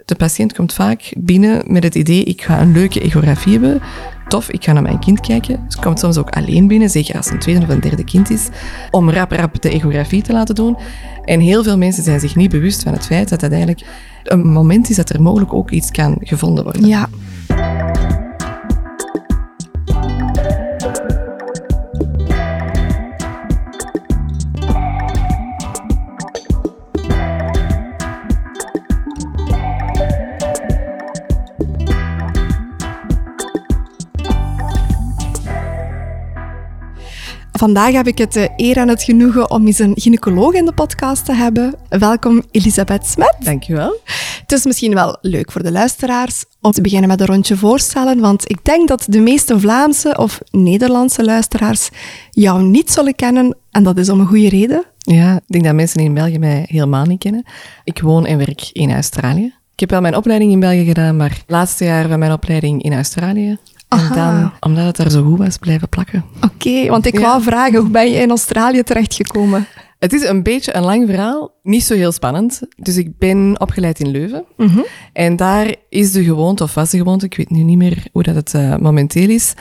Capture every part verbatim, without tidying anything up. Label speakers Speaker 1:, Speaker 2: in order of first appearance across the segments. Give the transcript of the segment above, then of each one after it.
Speaker 1: De patiënt komt vaak binnen met het idee, ik ga een leuke echografie hebben. Tof, ik ga naar mijn kind kijken. Ze komt soms ook alleen binnen, zeker als het een tweede of een derde kind is, om rap rap de echografie te laten doen. En heel veel mensen zijn zich niet bewust van het feit dat dat eigenlijk een moment is dat er mogelijk ook iets kan gevonden worden.
Speaker 2: Ja. Vandaag heb ik het de eer en het genoegen om eens een gynaecoloog in de podcast te hebben. Welkom, Elisabeth Smet.
Speaker 1: Dankjewel.
Speaker 2: Het is misschien wel leuk voor de luisteraars om te beginnen met een rondje voorstellen, want ik denk dat de meeste Vlaamse of Nederlandse luisteraars jou niet zullen kennen, en dat is om een goede reden.
Speaker 1: Ja, ik denk dat mensen in België mij helemaal niet kennen. Ik woon en werk in Australië. Ik heb wel mijn opleiding in België gedaan, maar het laatste jaar van mijn opleiding in Australië. En dan, omdat het daar zo goed was, blijven plakken.
Speaker 2: Oké, okay, want ik ja. wou vragen, hoe ben je in Australië terechtgekomen?
Speaker 1: Het is een beetje een lang verhaal, niet zo heel spannend. Dus ik ben opgeleid in Leuven. Mm-hmm. En daar is de gewoonte, of was de gewoonte, ik weet nu niet meer hoe dat het uh, momenteel is,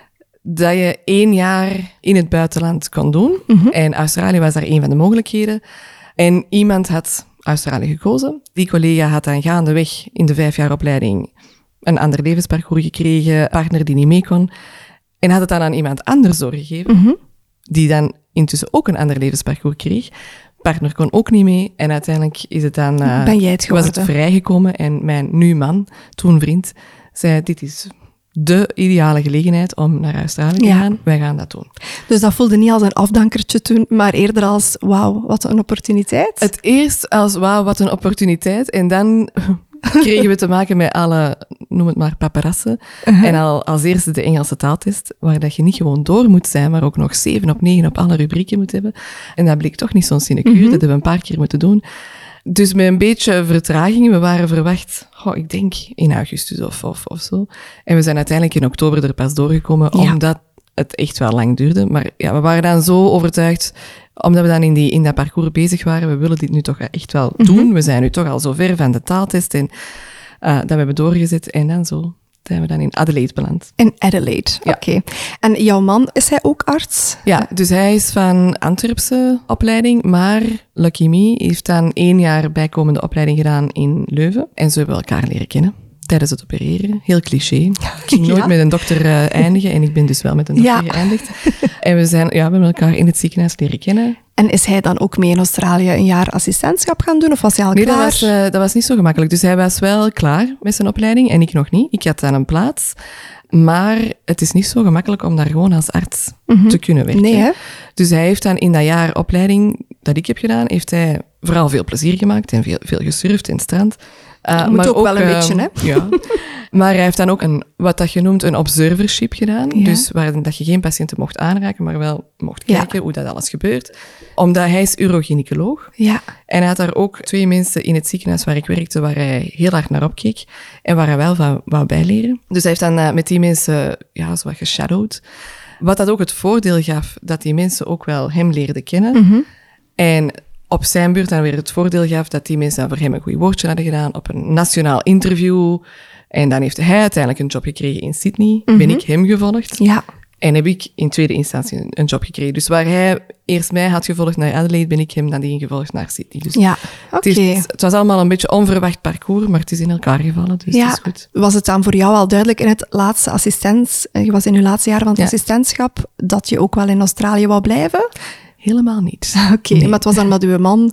Speaker 1: dat je één jaar in het buitenland kon doen. Mm-hmm. En Australië was daar een van de mogelijkheden. En iemand had Australië gekozen. Die collega had dan gaandeweg in de vijf jaar opleiding een ander levensparcours gekregen, een partner die niet mee kon. En had het dan aan iemand anders doorgegeven, mm-hmm. die dan intussen ook een ander levensparcours kreeg. Partner kon ook niet mee. En uiteindelijk is het dan, uh,
Speaker 2: ben jij het
Speaker 1: was het vrijgekomen. En mijn nu man, toen vriend, zei, dit is de ideale gelegenheid om naar Australië te gaan. Ja. Wij gaan dat doen.
Speaker 2: Dus dat voelde niet als een afdankertje toen, maar eerder als, wauw, wat een opportuniteit.
Speaker 1: Het eerst als, wauw, wat een opportuniteit. En dan kregen we te maken met alle, noem het maar, paparassen. Uh-huh. En al als eerste de Engelse taaltest, waar dat je niet gewoon door moet zijn, maar ook nog zeven op negen op alle rubrieken moet hebben. En dat bleek toch niet zo'n sinecure. Uh-huh. Dat hebben we een paar keer moeten doen. Dus met een beetje vertraging, we waren verwacht, oh, ik denk in augustus of, of, of zo. En we zijn uiteindelijk in oktober er pas doorgekomen, ja. omdat het echt wel lang duurde. Maar ja, we waren dan zo overtuigd, omdat we dan in, die, in dat parcours bezig waren, we willen dit nu toch echt wel doen. Mm-hmm. We zijn nu toch al zo ver van de taaltest en uh, dat we hebben doorgezet. En dan zo zijn we dan in Adelaide beland.
Speaker 2: In Adelaide, ja. Oké. Okay. En jouw man, is hij ook arts?
Speaker 1: Ja, dus hij is van Antwerpse opleiding, maar Lucky Me heeft dan één jaar bijkomende opleiding gedaan in Leuven. En zo hebben we elkaar leren kennen. Tijdens het opereren. Heel cliché. Ik ging nooit ja. met een dokter uh, eindigen en ik ben dus wel met een dokter ja. geëindigd. En we, zijn, ja, we hebben elkaar in het ziekenhuis leren kennen.
Speaker 2: En is hij dan ook mee in Australië een jaar assistentschap gaan doen of was hij al
Speaker 1: nee,
Speaker 2: klaar?
Speaker 1: Nee, dat was, uh, dat was niet zo gemakkelijk. Dus hij was wel klaar met zijn opleiding en ik nog niet. Ik had dan een plaats. Maar het is niet zo gemakkelijk om daar gewoon als arts mm-hmm. te kunnen werken.
Speaker 2: Nee, hè?
Speaker 1: Dus hij heeft dan in dat jaar opleiding dat ik heb gedaan, heeft hij vooral veel plezier gemaakt en veel, veel gesurfd in het strand.
Speaker 2: Uh, moet maar ook, ook wel een uh, beetje, hè?
Speaker 1: Ja. Maar hij heeft dan ook een, wat dat je noemt een observership gedaan. Ja. Dus waar dat je geen patiënten mocht aanraken, maar wel mocht kijken ja. hoe dat alles gebeurt. Omdat hij is urogynecoloog.
Speaker 2: Ja.
Speaker 1: En hij had daar ook twee mensen in het ziekenhuis waar ik werkte, waar hij heel hard naar opkeek. En waar hij wel van wou bijleren. Dus hij heeft dan uh, met die mensen, ja, zo wat geshadowed. Wat dat ook het voordeel gaf, dat die mensen ook wel hem leerden kennen. Mm-hmm. En op zijn beurt dan weer het voordeel gaf dat die mensen voor hem een goed woordje hadden gedaan op een nationaal interview. En dan heeft hij uiteindelijk een job gekregen in Sydney. Mm-hmm. Ben ik hem gevolgd.
Speaker 2: Ja.
Speaker 1: En heb ik in tweede instantie een job gekregen. Dus waar hij eerst mij had gevolgd naar Adelaide, ben ik hem dan die gevolgd naar Sydney. Dus
Speaker 2: ja, oké. Okay.
Speaker 1: Het, het was allemaal een beetje onverwacht parcours, maar het is in elkaar gevallen, dus
Speaker 2: ja.
Speaker 1: het is goed.
Speaker 2: Was het dan voor jou al duidelijk in het laatste assistent, je was in je laatste jaar van het ja. assistentschap, dat je ook wel in Australië wou blijven?
Speaker 1: Helemaal niet.
Speaker 2: Oké, okay, nee. Maar het was dan dat uw man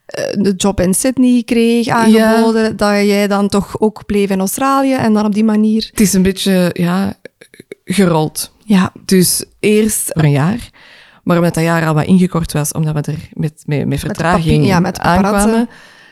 Speaker 2: de job in Sydney kreeg aangeboden, ja. dat jij dan toch ook bleef in Australië en dan op die manier...
Speaker 1: Het is een beetje, ja, gerold.
Speaker 2: Ja.
Speaker 1: Dus eerst voor een jaar, maar omdat dat jaar al wat ingekort was, omdat we er met, met, met vertraging
Speaker 2: met ja, met
Speaker 1: aankwamen.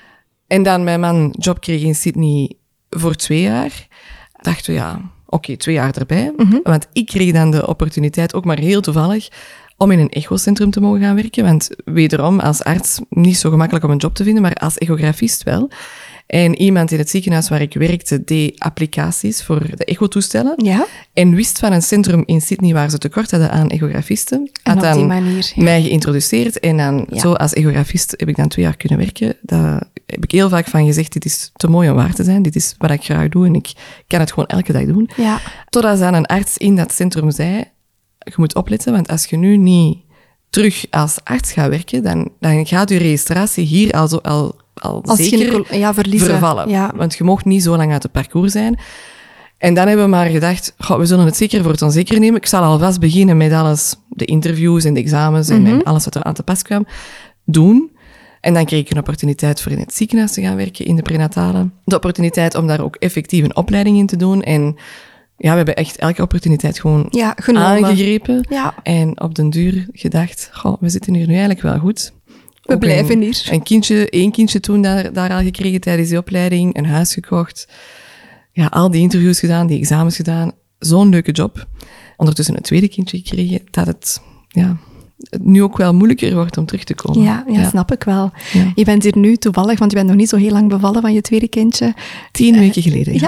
Speaker 1: En dan mijn man job kreeg in Sydney voor twee jaar, dachten we, ja, oké, okay, twee jaar erbij. Mm-hmm. Want ik kreeg dan de opportuniteit, ook maar heel toevallig, om in een echocentrum te mogen gaan werken. Want wederom, als arts niet zo gemakkelijk om een job te vinden, maar als echografist wel. En iemand in het ziekenhuis waar ik werkte, deed applicaties voor de echotoestellen.
Speaker 2: Ja.
Speaker 1: En wist van een centrum in Sydney waar ze tekort hadden aan echografisten.
Speaker 2: En
Speaker 1: had
Speaker 2: op
Speaker 1: dan
Speaker 2: die manier, ja.
Speaker 1: mij geïntroduceerd. En dan
Speaker 2: Ja.
Speaker 1: zo als echografist heb ik dan twee jaar kunnen werken. Daar heb ik heel vaak van gezegd, dit is te mooi om waar te zijn. Dit is wat ik graag doe en ik kan het gewoon elke dag doen.
Speaker 2: Ja.
Speaker 1: Totdat dan een arts in dat centrum zei, je moet opletten, want als je nu niet terug als arts gaat werken, dan, dan gaat je registratie hier al, zo, al, al
Speaker 2: Als
Speaker 1: zeker
Speaker 2: gynaecolo- ja, verliezen.
Speaker 1: vervallen.
Speaker 2: Ja.
Speaker 1: Want je mocht niet zo lang uit het parcours zijn. En dan hebben we maar gedacht, goh, we zullen het zeker voor het onzeker nemen. Ik zal alvast beginnen met alles, de interviews en de examens en,
Speaker 2: Mm-hmm.
Speaker 1: en alles wat er aan te pas kwam, doen. En dan kreeg ik een opportuniteit voor in het ziekenhuis te gaan werken, in de prenatale. De opportuniteit om daar ook effectief een opleiding in te doen. En ja, we hebben echt elke opportuniteit gewoon
Speaker 2: Ja, genomen.
Speaker 1: aangegrepen.
Speaker 2: Ja.
Speaker 1: En op den duur gedacht, goh, we zitten hier nu eigenlijk wel goed.
Speaker 2: We
Speaker 1: Ook
Speaker 2: blijven
Speaker 1: een,
Speaker 2: hier.
Speaker 1: Een kindje, één kindje toen daar, daar al gekregen tijdens die opleiding, een huis gekocht. Ja, al die interviews gedaan, die examens gedaan. Zo'n leuke job. Ondertussen een tweede kindje gekregen, dat het, ja, het nu ook wel moeilijker wordt om terug te komen.
Speaker 2: Ja, ja, snap ik wel.
Speaker 1: Ja.
Speaker 2: Je bent hier nu toevallig, want je bent nog niet zo heel lang bevallen van je tweede kindje.
Speaker 1: Tien weken geleden.
Speaker 2: Ja.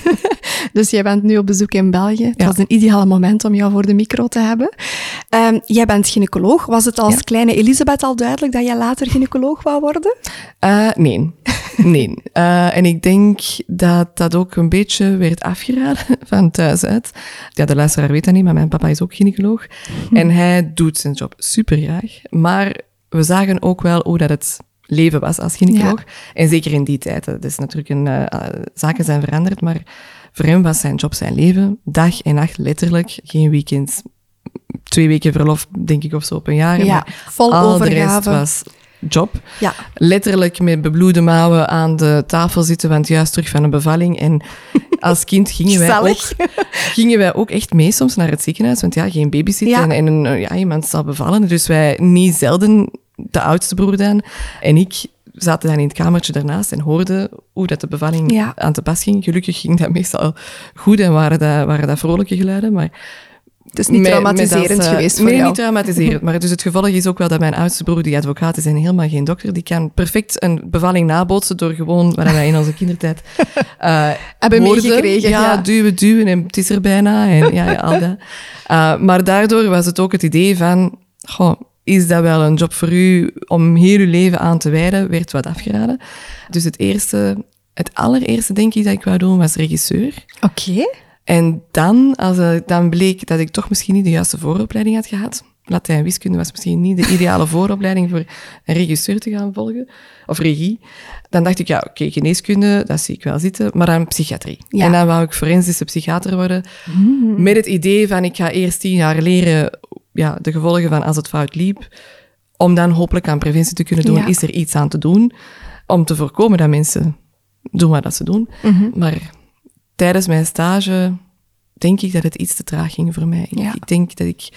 Speaker 2: Dus jij bent nu op bezoek in België. Het
Speaker 1: Ja.
Speaker 2: was een ideale moment om jou voor de micro te hebben. Um, jij bent gynaecoloog. Was het als
Speaker 1: Ja.
Speaker 2: kleine Elisabeth al duidelijk dat jij later gynaecoloog wou worden?
Speaker 1: Uh, nee. Nee. Uh, en ik denk dat dat ook een beetje werd afgeraden van thuis uit. Ja, de luisteraar weet dat niet, maar mijn papa is ook gynaecoloog. En hij doet zijn job super graag. Maar we zagen ook wel hoe dat het leven was als gynaecoloog.
Speaker 2: Ja.
Speaker 1: En zeker in die tijd. Dat is natuurlijk een, uh, zaken zijn veranderd, maar voor hem was zijn job zijn leven. Dag en nacht, letterlijk. Geen weekends. Twee weken verlof, denk ik, of zo op een jaar.
Speaker 2: Ja,
Speaker 1: maar
Speaker 2: vol
Speaker 1: al de rest
Speaker 2: overgave.
Speaker 1: was job.
Speaker 2: Ja.
Speaker 1: Letterlijk met bebloede mouwen aan de tafel zitten, want juist terug van een bevalling. En als kind gingen wij, ook,
Speaker 2: Gezellig.
Speaker 1: gingen wij ook echt mee soms naar het ziekenhuis, want ja, geen babysitter
Speaker 2: Ja.
Speaker 1: en, en een, ja, iemand zal bevallen. Dus wij, niet zelden, de oudste broer dan, en ik zaten dan in het kamertje daarnaast en hoorden hoe dat de bevalling
Speaker 2: Ja.
Speaker 1: aan te pas ging. Gelukkig ging dat meestal goed en waren dat, waren dat vrolijke geluiden, maar...
Speaker 2: Het is niet
Speaker 1: Met-
Speaker 2: traumatiserend
Speaker 1: met als, uh,
Speaker 2: geweest voor
Speaker 1: nee,
Speaker 2: jou.
Speaker 1: niet traumatiserend. Maar dus het gevolg is ook wel dat mijn oudste broer, die advocaat is en helemaal geen dokter, die kan perfect een bevalling nabootsen door gewoon, wat wij in onze kindertijd uh,
Speaker 2: Hebben
Speaker 1: hoorden.
Speaker 2: meegekregen,
Speaker 1: Ja,
Speaker 2: ja.
Speaker 1: duwen, duwen en het is er bijna. En ja, ja, al dat. Uh, maar daardoor was het ook het idee van, goh, is dat wel een job voor u om heel uw leven aan te wijden, werd wat afgeraden. Dus het eerste, het allereerste denk ik dat ik wou doen, was regisseur.
Speaker 2: Oké.
Speaker 1: En dan, als het dan bleek dat ik toch misschien niet de juiste vooropleiding had gehad, Latijn en wiskunde was misschien niet de ideale vooropleiding voor een regisseur te gaan volgen, of regie, dan dacht ik, ja, oké, okay, geneeskunde, dat zie ik wel zitten, maar dan psychiatrie.
Speaker 2: Ja.
Speaker 1: En dan wou ik forensische psychiater worden,
Speaker 2: Mm.
Speaker 1: met het idee van, ik ga eerst tien jaar leren ja, de gevolgen van als het fout liep, om dan hopelijk aan preventie te kunnen doen,
Speaker 2: Ja.
Speaker 1: is er iets aan te doen, om te voorkomen dat mensen doen wat dat ze doen.
Speaker 2: Mhm.
Speaker 1: Maar tijdens mijn stage denk ik dat het iets te traag ging voor mij.
Speaker 2: Ja.
Speaker 1: Ik denk dat ik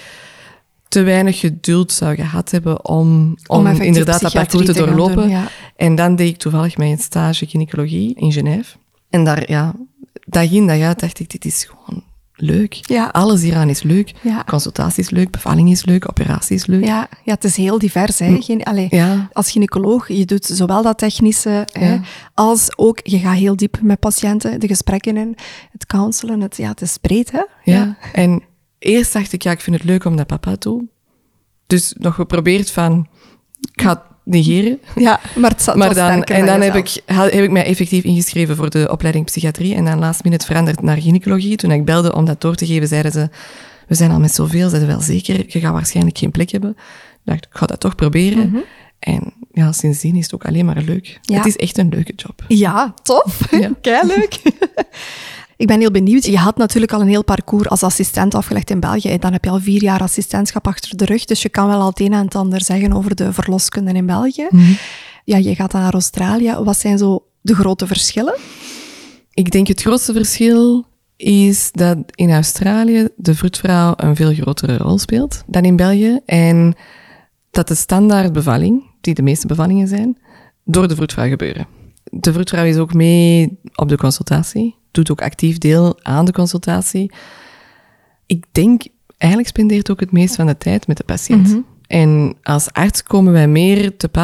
Speaker 1: te weinig geduld zou gehad hebben om, om,
Speaker 2: effectief
Speaker 1: inderdaad dat parcours te
Speaker 2: psychiatrie te gaan
Speaker 1: doorlopen.
Speaker 2: doen, ja.
Speaker 1: En dan deed ik toevallig mijn stage gynaecologie in Genève. En daar, ja, dag in dag uit dacht ik, dit is gewoon leuk.
Speaker 2: Ja.
Speaker 1: Alles hieraan is leuk.
Speaker 2: Ja.
Speaker 1: Consultatie is leuk, bevalling is leuk, operatie is leuk.
Speaker 2: Ja, ja, het is heel divers. Hè. Geen, allee,
Speaker 1: Ja.
Speaker 2: Als gynaecoloog, je doet zowel dat technische, hè,
Speaker 1: Ja.
Speaker 2: als ook, je gaat heel diep met patiënten, de gesprekken in, het counselen, het, ja, het is breed, hè?
Speaker 1: Ja. En eerst dacht ik, ja, ik vind het leuk om dat papa te doen. Dus nog geprobeerd van, ik ga het negeren.
Speaker 2: Ja, maar het zat
Speaker 1: Maar
Speaker 2: wel
Speaker 1: dan,
Speaker 2: sterker
Speaker 1: en
Speaker 2: dan
Speaker 1: dan heb
Speaker 2: jezelf.
Speaker 1: ik, ha- heb ik mij effectief ingeschreven voor de opleiding psychiatrie en dan last minute veranderd naar gynaecologie. Toen ik belde om dat door te geven, zeiden ze, we zijn al met zoveel, zijn wel zeker, je gaat waarschijnlijk geen plek hebben. Ik dacht, ik ga dat toch proberen.
Speaker 2: Mhm.
Speaker 1: En ja, sindsdien is het ook alleen maar leuk.
Speaker 2: Ja.
Speaker 1: Het is echt een leuke job.
Speaker 2: Ja, tof.
Speaker 1: Ja.
Speaker 2: Keileuk. Ik ben heel benieuwd. Je had natuurlijk al een heel parcours als assistent afgelegd in België. En dan heb je al vier jaar assistentschap achter de rug. Dus je kan wel al het een en het ander zeggen over de verloskunde in België.
Speaker 1: Mhm.
Speaker 2: Ja, je gaat dan naar Australië. Wat zijn zo de grote verschillen?
Speaker 1: Ik denk het grootste verschil is dat in Australië de vroedvrouw een veel grotere rol speelt dan in België. En dat de standaard bevalling, die de meeste bevallingen zijn, door de vroedvrouw gebeuren. De vroedvrouw is ook mee op de consultatie, doet ook actief deel aan de consultatie. Ik denk, eigenlijk spendeert ook het meest van de tijd met de patiënt.
Speaker 2: Mhm.
Speaker 1: En als arts komen wij meer te pas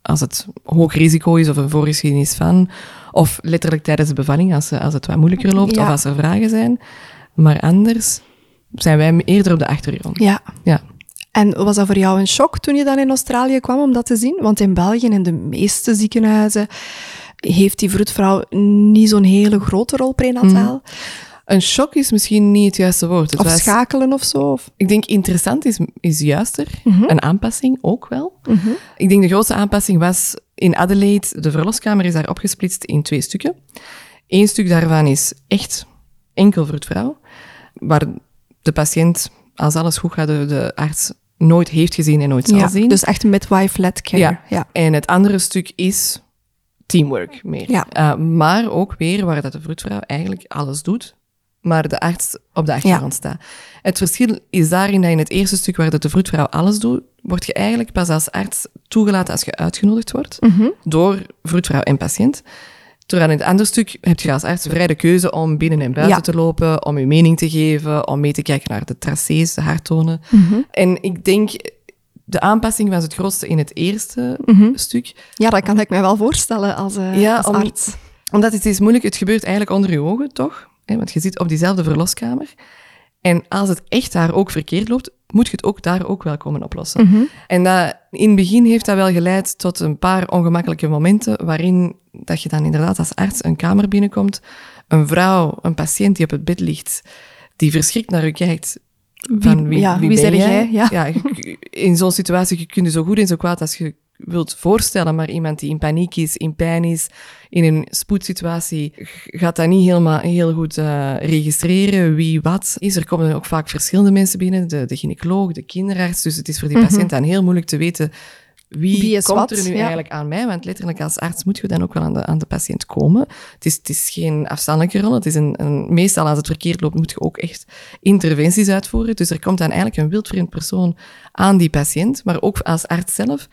Speaker 1: als het hoog risico is of een voorgeschiedenis van, of letterlijk tijdens de bevalling als, als het wat moeilijker loopt
Speaker 2: Ja.
Speaker 1: of als er vragen zijn. Maar anders zijn wij eerder op de achtergrond.
Speaker 2: Ja.
Speaker 1: Ja.
Speaker 2: En was dat voor jou een shock toen je dan in Australië kwam om dat te zien? Want in België, in de meeste ziekenhuizen, heeft die vroedvrouw niet zo'n hele grote rol prenataal.
Speaker 1: Mm. Een shock is misschien niet het juiste woord. Het
Speaker 2: Of
Speaker 1: was,
Speaker 2: schakelen of zo. Of...
Speaker 1: ik denk interessant is, is juister.
Speaker 2: Mhm.
Speaker 1: Een aanpassing ook wel.
Speaker 2: Mhm.
Speaker 1: Ik denk de grootste aanpassing was in Adelaide, de verloskamer is daar opgesplitst in twee stukken. Eén stuk daarvan is echt enkel vroedvrouw, waar de patiënt, als alles goed gaat, de, de arts nooit heeft gezien en nooit zal
Speaker 2: Ja,
Speaker 1: zien.
Speaker 2: dus echt midwife-led care.
Speaker 1: Ja.
Speaker 2: Ja.
Speaker 1: En het andere stuk is teamwork meer.
Speaker 2: Ja.
Speaker 1: Uh, maar ook weer waar dat de vroedvrouw eigenlijk alles doet, maar de arts op de achtergrond staat. Het verschil is daarin dat in het eerste stuk waar dat de vroedvrouw alles doet, word je eigenlijk pas als arts toegelaten als je uitgenodigd wordt
Speaker 2: Mhm.
Speaker 1: door vroedvrouw en patiënt. Terwijl in het andere stuk heb je als arts vrij de keuze om binnen en buiten
Speaker 2: Ja.
Speaker 1: te lopen, om je mening te geven, om mee te kijken naar de tracés, de harttonen.
Speaker 2: Mhm.
Speaker 1: En ik denk, de aanpassing was het grootste in het eerste
Speaker 2: Mhm.
Speaker 1: stuk.
Speaker 2: Ja, dat kan ik mij wel voorstellen als, uh,
Speaker 1: Ja,
Speaker 2: als
Speaker 1: om-
Speaker 2: arts.
Speaker 1: Omdat het is moeilijk, het gebeurt eigenlijk onder je ogen, toch? Hè, want je zit op diezelfde verloskamer. En als het echt daar ook verkeerd loopt, moet je het ook daar ook wel komen oplossen.
Speaker 2: Mhm.
Speaker 1: En dat, in het begin heeft dat wel geleid tot een paar ongemakkelijke momenten waarin dat je dan inderdaad als arts een kamer binnenkomt, een vrouw, een patiënt die op het bed ligt, die verschrikt naar je kijkt. Van wie,
Speaker 2: ja,
Speaker 1: wie,
Speaker 2: wie
Speaker 1: ben
Speaker 2: zeg
Speaker 1: jij?
Speaker 2: jij? Ja.
Speaker 1: je- in zo'n situatie je kunt je zo goed en zo kwaad als je wilt voorstellen, maar iemand die in paniek is, in pijn is, in een spoedsituatie, gaat dat niet helemaal heel goed uh, registreren wie wat is. Er komen ook vaak verschillende mensen binnen, de, de gynaecoloog, de kinderarts, dus het is voor die
Speaker 2: Mhm.
Speaker 1: patiënt dan heel moeilijk te weten wie,
Speaker 2: Wie is
Speaker 1: komt
Speaker 2: wat,
Speaker 1: er nu
Speaker 2: ja.
Speaker 1: eigenlijk aan mij, want letterlijk als arts moet je dan ook wel aan de, aan de patiënt komen. Het is, het is geen afstandelijke rol, het is een, een, meestal als het verkeerd loopt moet je ook echt interventies uitvoeren, dus er komt dan eigenlijk een wildvreemd persoon aan die patiënt, maar ook als arts zelf.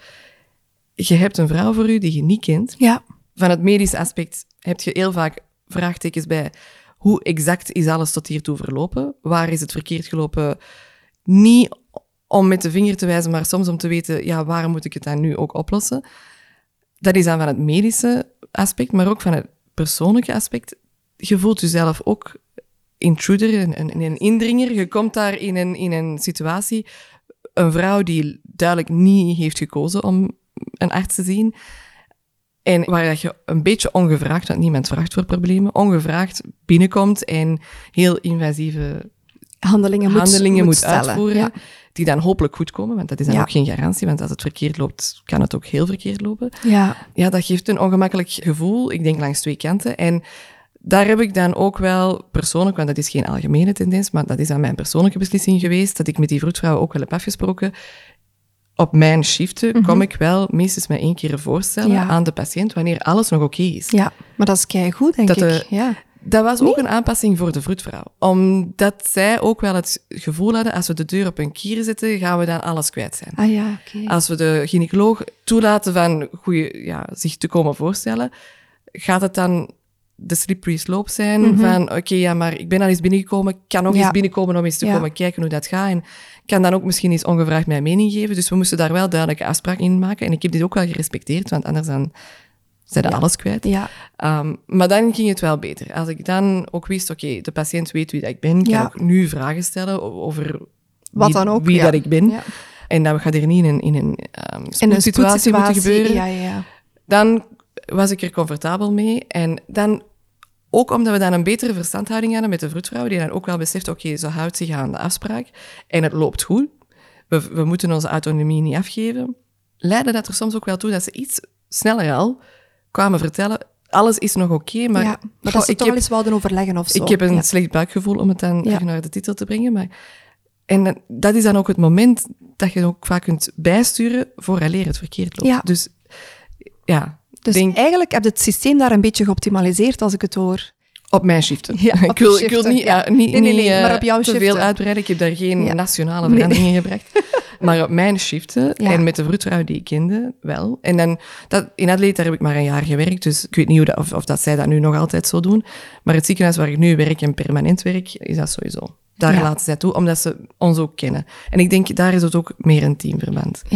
Speaker 1: Je hebt een vrouw voor u die je niet kent.
Speaker 2: Ja.
Speaker 1: Van het medische aspect heb je heel vaak vraagtekens bij hoe exact is alles tot hiertoe verlopen? Waar is het verkeerd gelopen? Niet om met de vinger te wijzen, maar soms om te weten, ja, waar moet ik het dan nu ook oplossen? Dat is dan van het medische aspect, maar ook van het persoonlijke aspect. Je voelt jezelf ook intruder, een, een, een indringer. Je komt daar in een, in een situatie, een vrouw die duidelijk niet heeft gekozen om een arts te zien. En waar dat je een beetje ongevraagd, want niemand vraagt voor problemen, ongevraagd binnenkomt en heel invasieve
Speaker 2: Handelingen moet,
Speaker 1: handelingen moet,
Speaker 2: stellen.
Speaker 1: uitvoeren,
Speaker 2: Ja.
Speaker 1: die dan hopelijk goed komen, want dat is dan
Speaker 2: Ja.
Speaker 1: ook geen garantie, want als het verkeerd loopt, kan het ook heel verkeerd lopen.
Speaker 2: Ja.
Speaker 1: Ja, dat geeft een ongemakkelijk gevoel, ik denk langs twee kanten. En daar heb ik dan ook wel persoonlijk, want dat is geen algemene tendens, maar dat is dan mijn persoonlijke beslissing geweest, dat ik met die vroedvrouw ook wel heb afgesproken. Op mijn shiften
Speaker 2: Mhm.
Speaker 1: kom ik wel minstens maar één keer voorstellen
Speaker 2: Ja.
Speaker 1: aan de patiënt wanneer alles nog oké is.
Speaker 2: Ja, maar dat is keigoed, denk
Speaker 1: Dat
Speaker 2: ik.
Speaker 1: de-
Speaker 2: Ja.
Speaker 1: Dat was ook een aanpassing voor de vroedvrouw. Omdat zij ook wel het gevoel hadden, als we de deur op een kier zetten, gaan we dan alles kwijt zijn.
Speaker 2: Ah ja, oké.
Speaker 1: Als we de gynaecoloog toelaten van goeie, ja, zich te komen voorstellen, gaat het dan de slippery slope zijn
Speaker 2: Mhm.
Speaker 1: van oké, ja, maar ik ben al eens binnengekomen, ik kan nog
Speaker 2: Ja.
Speaker 1: eens binnenkomen om eens te
Speaker 2: Ja.
Speaker 1: komen kijken hoe dat gaat en kan dan ook misschien eens ongevraagd mijn mening geven. Dus we moesten daar wel duidelijke afspraken in maken en ik heb dit ook wel gerespecteerd, want anders dan zijn we
Speaker 2: Ja.
Speaker 1: alles kwijt.
Speaker 2: Ja.
Speaker 1: Um, maar dan ging het wel beter. Als ik dan ook wist, oké, de patiënt weet wie dat ik ben, kan
Speaker 2: Ja.
Speaker 1: ook nu vragen stellen o- over
Speaker 2: Wat
Speaker 1: wie,
Speaker 2: dan ook,
Speaker 1: wie
Speaker 2: ja.
Speaker 1: dat ik ben.
Speaker 2: Ja.
Speaker 1: En dat gaat er niet in een, in een um,
Speaker 2: In een
Speaker 1: spoedsituatie moeten gebeuren.
Speaker 2: Ja, ja, ja.
Speaker 1: Dan was ik er comfortabel mee. En dan, ook omdat we dan een betere verstandhouding hadden met de vroedvrouw, die dan ook wel beseft, oké, ze houdt zich aan de afspraak en het loopt goed. We, we moeten onze autonomie niet afgeven. Leidde dat er soms ook wel toe dat ze iets sneller al kwamen vertellen, alles is nog oké, maar,
Speaker 2: ja. Maar
Speaker 1: goh,
Speaker 2: dat ze
Speaker 1: ik
Speaker 2: toch
Speaker 1: heb,
Speaker 2: wel eens wouden overleggen of zo.
Speaker 1: ik heb een
Speaker 2: Ja.
Speaker 1: slecht buikgevoel om het dan
Speaker 2: Ja.
Speaker 1: terug naar de titel te brengen. Maar, en dat- dat is dan ook het moment dat je ook vaak kunt bijsturen vooraleer het verkeerd loopt.
Speaker 2: Ja.
Speaker 1: Dus ja,
Speaker 2: Dus
Speaker 1: denk
Speaker 2: eigenlijk heb je het systeem daar een beetje geoptimaliseerd, als ik het hoor.
Speaker 1: op mijn shiften.
Speaker 2: Ja, op
Speaker 1: ik, wil,
Speaker 2: je
Speaker 1: ik wil
Speaker 2: shiften,
Speaker 1: niet,
Speaker 2: ja.
Speaker 1: ja, niet,
Speaker 2: Nee, nee, nee,
Speaker 1: niet, eh,
Speaker 2: maar op jouw
Speaker 1: te veel
Speaker 2: shiften.
Speaker 1: uitbreiden. Ik heb daar geen
Speaker 2: Ja.
Speaker 1: nationale
Speaker 2: Nee.
Speaker 1: veranderingen gebracht. Maar op mijn shiften
Speaker 2: Ja.
Speaker 1: en met de vroedvrouw die ik kende, wel. En dan, dat, in Adelaide daar heb ik maar een jaar gewerkt, dus ik weet niet hoe dat, of, of dat zij dat nu nog altijd zo doen. Maar het ziekenhuis waar ik nu werk en permanent werk, is dat Daar
Speaker 2: Ja.
Speaker 1: laten zij toe, omdat ze ons ook kennen. En ik denk, daar is het ook meer een teamverband.
Speaker 2: Ja.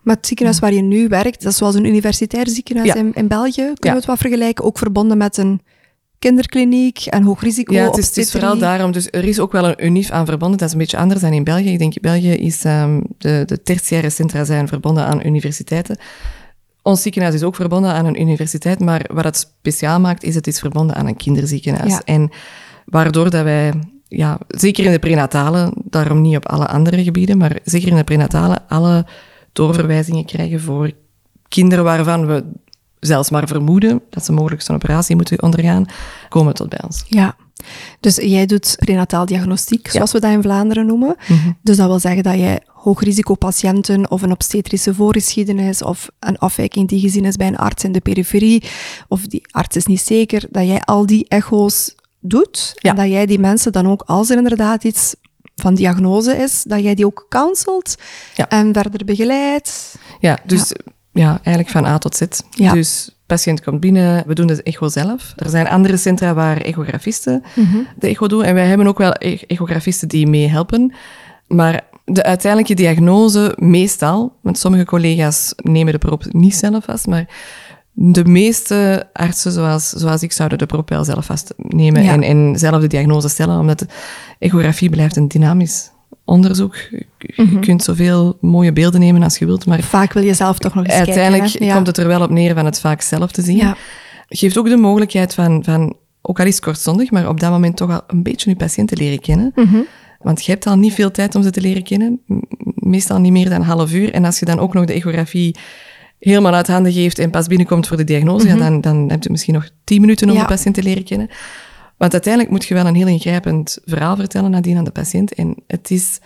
Speaker 2: Maar het ziekenhuis waar je nu werkt, dat is zoals een universitair ziekenhuis ja. in, in België. Kunnen ja. we het wat vergelijken? Ook verbonden met een kinderkliniek en hoog risico.
Speaker 1: Ja, het is, het is vooral daarom. Dus er is ook wel een U N I F aan verbonden. Dat is een beetje anders dan in België. Ik denk in België is um, de, de tertiaire centra zijn verbonden aan universiteiten. Ons ziekenhuis is ook verbonden aan een universiteit, maar wat het speciaal maakt, is het is verbonden aan een kinderziekenhuis. Ja. En waardoor dat wij, ja, zeker in de prenatale, daarom niet op alle andere gebieden, maar zeker in de prenatale, alle doorverwijzingen krijgen voor kinderen waarvan we zelfs maar vermoeden dat ze mogelijk zo'n operatie moeten ondergaan, komen tot bij ons.
Speaker 2: Ja, dus jij doet prenataal diagnostiek, zoals ja. we dat in Vlaanderen noemen. Mm-hmm. Dus dat wil zeggen dat jij hoogrisicopatiënten of een obstetrische voorgeschiedenis of een afwijking die gezien is bij een arts in de periferie, of die arts is niet zeker, dat jij al die echo's doet ja. en dat jij die mensen dan ook, als er inderdaad iets van diagnose is, dat jij die ook counselt ja. en verder begeleidt.
Speaker 1: Ja, dus ja. ja, eigenlijk van A tot Z. Ja. Dus patiënt komt binnen, we doen de echo zelf. Er zijn andere centra waar echografisten mm-hmm. de echo doen. En wij hebben ook wel echografisten die meehelpen. Maar de uiteindelijke diagnose, meestal, want sommige collega's nemen de prop niet zelf vast, maar de meeste artsen, zoals, zoals ik, zouden de prop wel zelf vastnemen ja. en, en zelf de diagnose stellen, omdat de echografie blijft een dynamisch onderzoek. Je mm-hmm. kunt zoveel mooie beelden nemen als je wilt, maar
Speaker 2: vaak wil je zelf toch nog eens
Speaker 1: uiteindelijk
Speaker 2: kijken,
Speaker 1: ja. komt het er wel op neer van het vaak zelf te zien. Ja. Geeft ook de mogelijkheid van, van, ook al is het kortstondig, maar op dat moment toch al een beetje je patiënt te leren kennen. Mm-hmm. Want je hebt al niet veel tijd om ze te leren kennen. Meestal niet meer dan een half uur. En als je dan ook nog de echografie helemaal uit handen geeft en pas binnenkomt voor de diagnose, mm-hmm. ja, dan, dan heb je misschien nog tien minuten om ja. de patiënt te leren kennen. Want uiteindelijk moet je wel een heel ingrijpend verhaal vertellen nadien aan de patiënt. En het is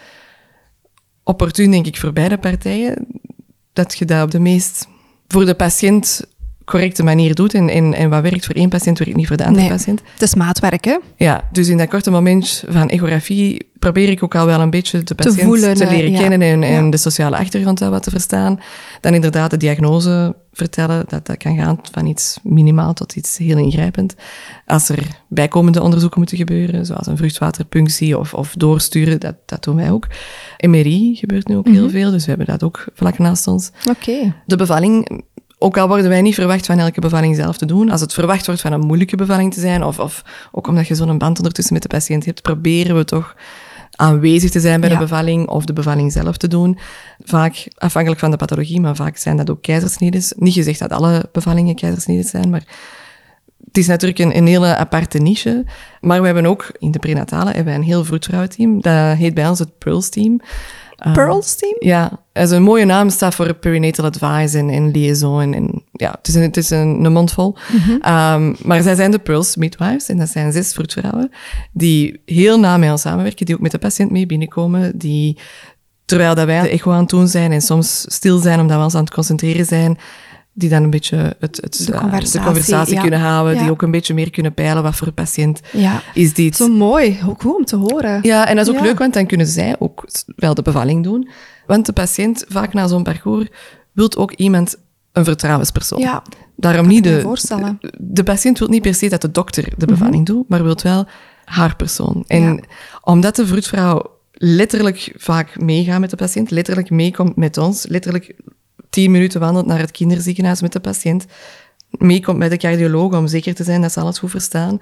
Speaker 1: opportun, denk ik, voor beide partijen, dat je dat op de meest voor de patiënt correcte manier doet. En, en, en wat werkt voor één patiënt, werkt niet voor de andere nee, patiënt.
Speaker 2: Het is maatwerk, hè?
Speaker 1: Ja, dus in dat korte moment van echografie probeer ik ook al wel een beetje de patiënt te, voelen, te leren ja. kennen en, en ja. de sociale achtergrond wat te verstaan. Dan inderdaad de diagnose vertellen. Dat, dat kan gaan van iets minimaal tot iets heel ingrijpend. Als er bijkomende onderzoeken moeten gebeuren, zoals een vruchtwaterpunctie of, of doorsturen, dat, dat doen wij ook. M R I gebeurt nu ook mm-hmm. heel veel, dus we hebben dat ook vlak naast ons.
Speaker 2: Oké. Okay.
Speaker 1: De bevalling... Ook al worden wij niet verwacht van elke bevalling zelf te doen. Als het verwacht wordt van een moeilijke bevalling te zijn, of, of ook omdat je zo'n band ondertussen met de patiënt hebt, proberen we toch aanwezig te zijn bij ja. de bevalling of de bevalling zelf te doen. Vaak afhankelijk van de pathologie, maar vaak zijn dat ook keizersnides. Niet gezegd dat alle bevallingen keizersnides zijn, maar het is natuurlijk een, een hele aparte niche. Maar we hebben ook in de prenatale hebben we een heel vroedvrouwenteam. Dat heet bij ons het Pearls team.
Speaker 2: Pearls team?
Speaker 1: Um, ja, dat is een mooie naam, staat voor perinatal advice en, en liaison. En, en, ja, het is een, het is een, een mond vol. Mm-hmm. Um, maar zij zijn de Pearls midwives en dat zijn zes vroedvrouwen die heel na met ons samenwerken, die ook met de patiënt mee binnenkomen, die, terwijl dat wij de echo aan het doen zijn en soms stil zijn omdat we ons aan het concentreren zijn, die dan een beetje het, het,
Speaker 2: de conversatie,
Speaker 1: uh, de conversatie
Speaker 2: ja.
Speaker 1: kunnen houden,
Speaker 2: ja.
Speaker 1: die ook een beetje meer kunnen peilen wat voor patiënt
Speaker 2: ja.
Speaker 1: is dit.
Speaker 2: Zo mooi, ook goed om te horen.
Speaker 1: Ja, en dat is ook
Speaker 2: ja.
Speaker 1: leuk, want dan kunnen zij ook wel de bevalling doen. Want de patiënt, vaak na zo'n parcours, wil ook iemand, een vertrouwenspersoon.
Speaker 2: Ja,
Speaker 1: daarom niet de,
Speaker 2: voorstellen.
Speaker 1: de patiënt wil niet per se dat de dokter de bevalling mm-hmm. doet, maar wil wel haar persoon. En ja. omdat de vroedvrouw letterlijk vaak meegaat met de patiënt, letterlijk meekomt met ons, letterlijk tien minuten wandelt naar het kinderziekenhuis met de patiënt, meekomt met de cardioloog om zeker te zijn dat ze alles goed verstaan.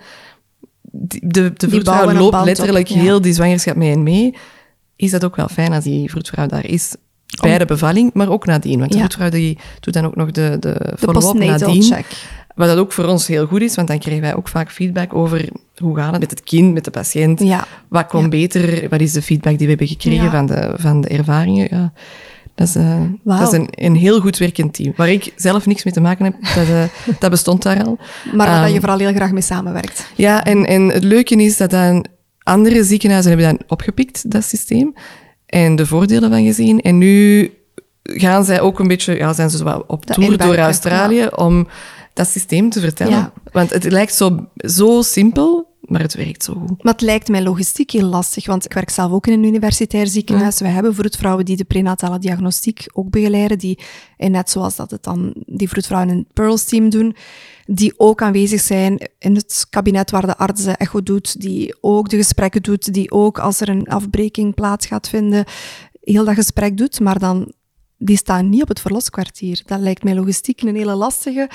Speaker 1: De, de, de vroedvrouw loopt letterlijk op, ja. heel die zwangerschap mee en mee. Is dat ook wel fijn als die vroedvrouw daar is bij om... de bevalling, maar ook nadien. Want de ja. vroedvrouw die doet dan ook nog de, de follow-up nadien. Check. Wat dat ook voor ons heel goed is, want dan krijgen wij ook vaak feedback over hoe gaat het met het kind, met de patiënt. Ja. Wat kon ja. beter? Wat is de feedback die we hebben gekregen ja. van, de, van de ervaringen? Ja. Dat is, uh, wow. dat is een, een heel goed werkend team. Waar ik zelf niks mee te maken heb, dat, uh, dat bestond daar al.
Speaker 2: Maar waar um, je vooral heel graag mee samenwerkt.
Speaker 1: Ja, en, en het leuke is dat dan andere ziekenhuizen hebben dan opgepikt, dat systeem. En de voordelen van gezien. En nu gaan zij ook een beetje, ja, zijn ze wel op de tour door Australië ja. om dat systeem te vertellen. Ja. Want het lijkt zo, zo simpel, maar het werkt zo goed.
Speaker 2: Maar het lijkt mij logistiek heel lastig, want ik werk zelf ook in een universitair ziekenhuis. Ja. We hebben vroedvrouwen die de prenatale diagnostiek ook begeleiden, die, en net zoals dat het dan die vroedvrouwen in het Pearls team doen, die ook aanwezig zijn in het kabinet waar de arts de echo doet, die ook de gesprekken doet, die ook als er een afbreking plaats gaat vinden, heel dat gesprek doet, maar dan die staan niet op het verloskwartier. Dat lijkt mij logistiek een hele lastige...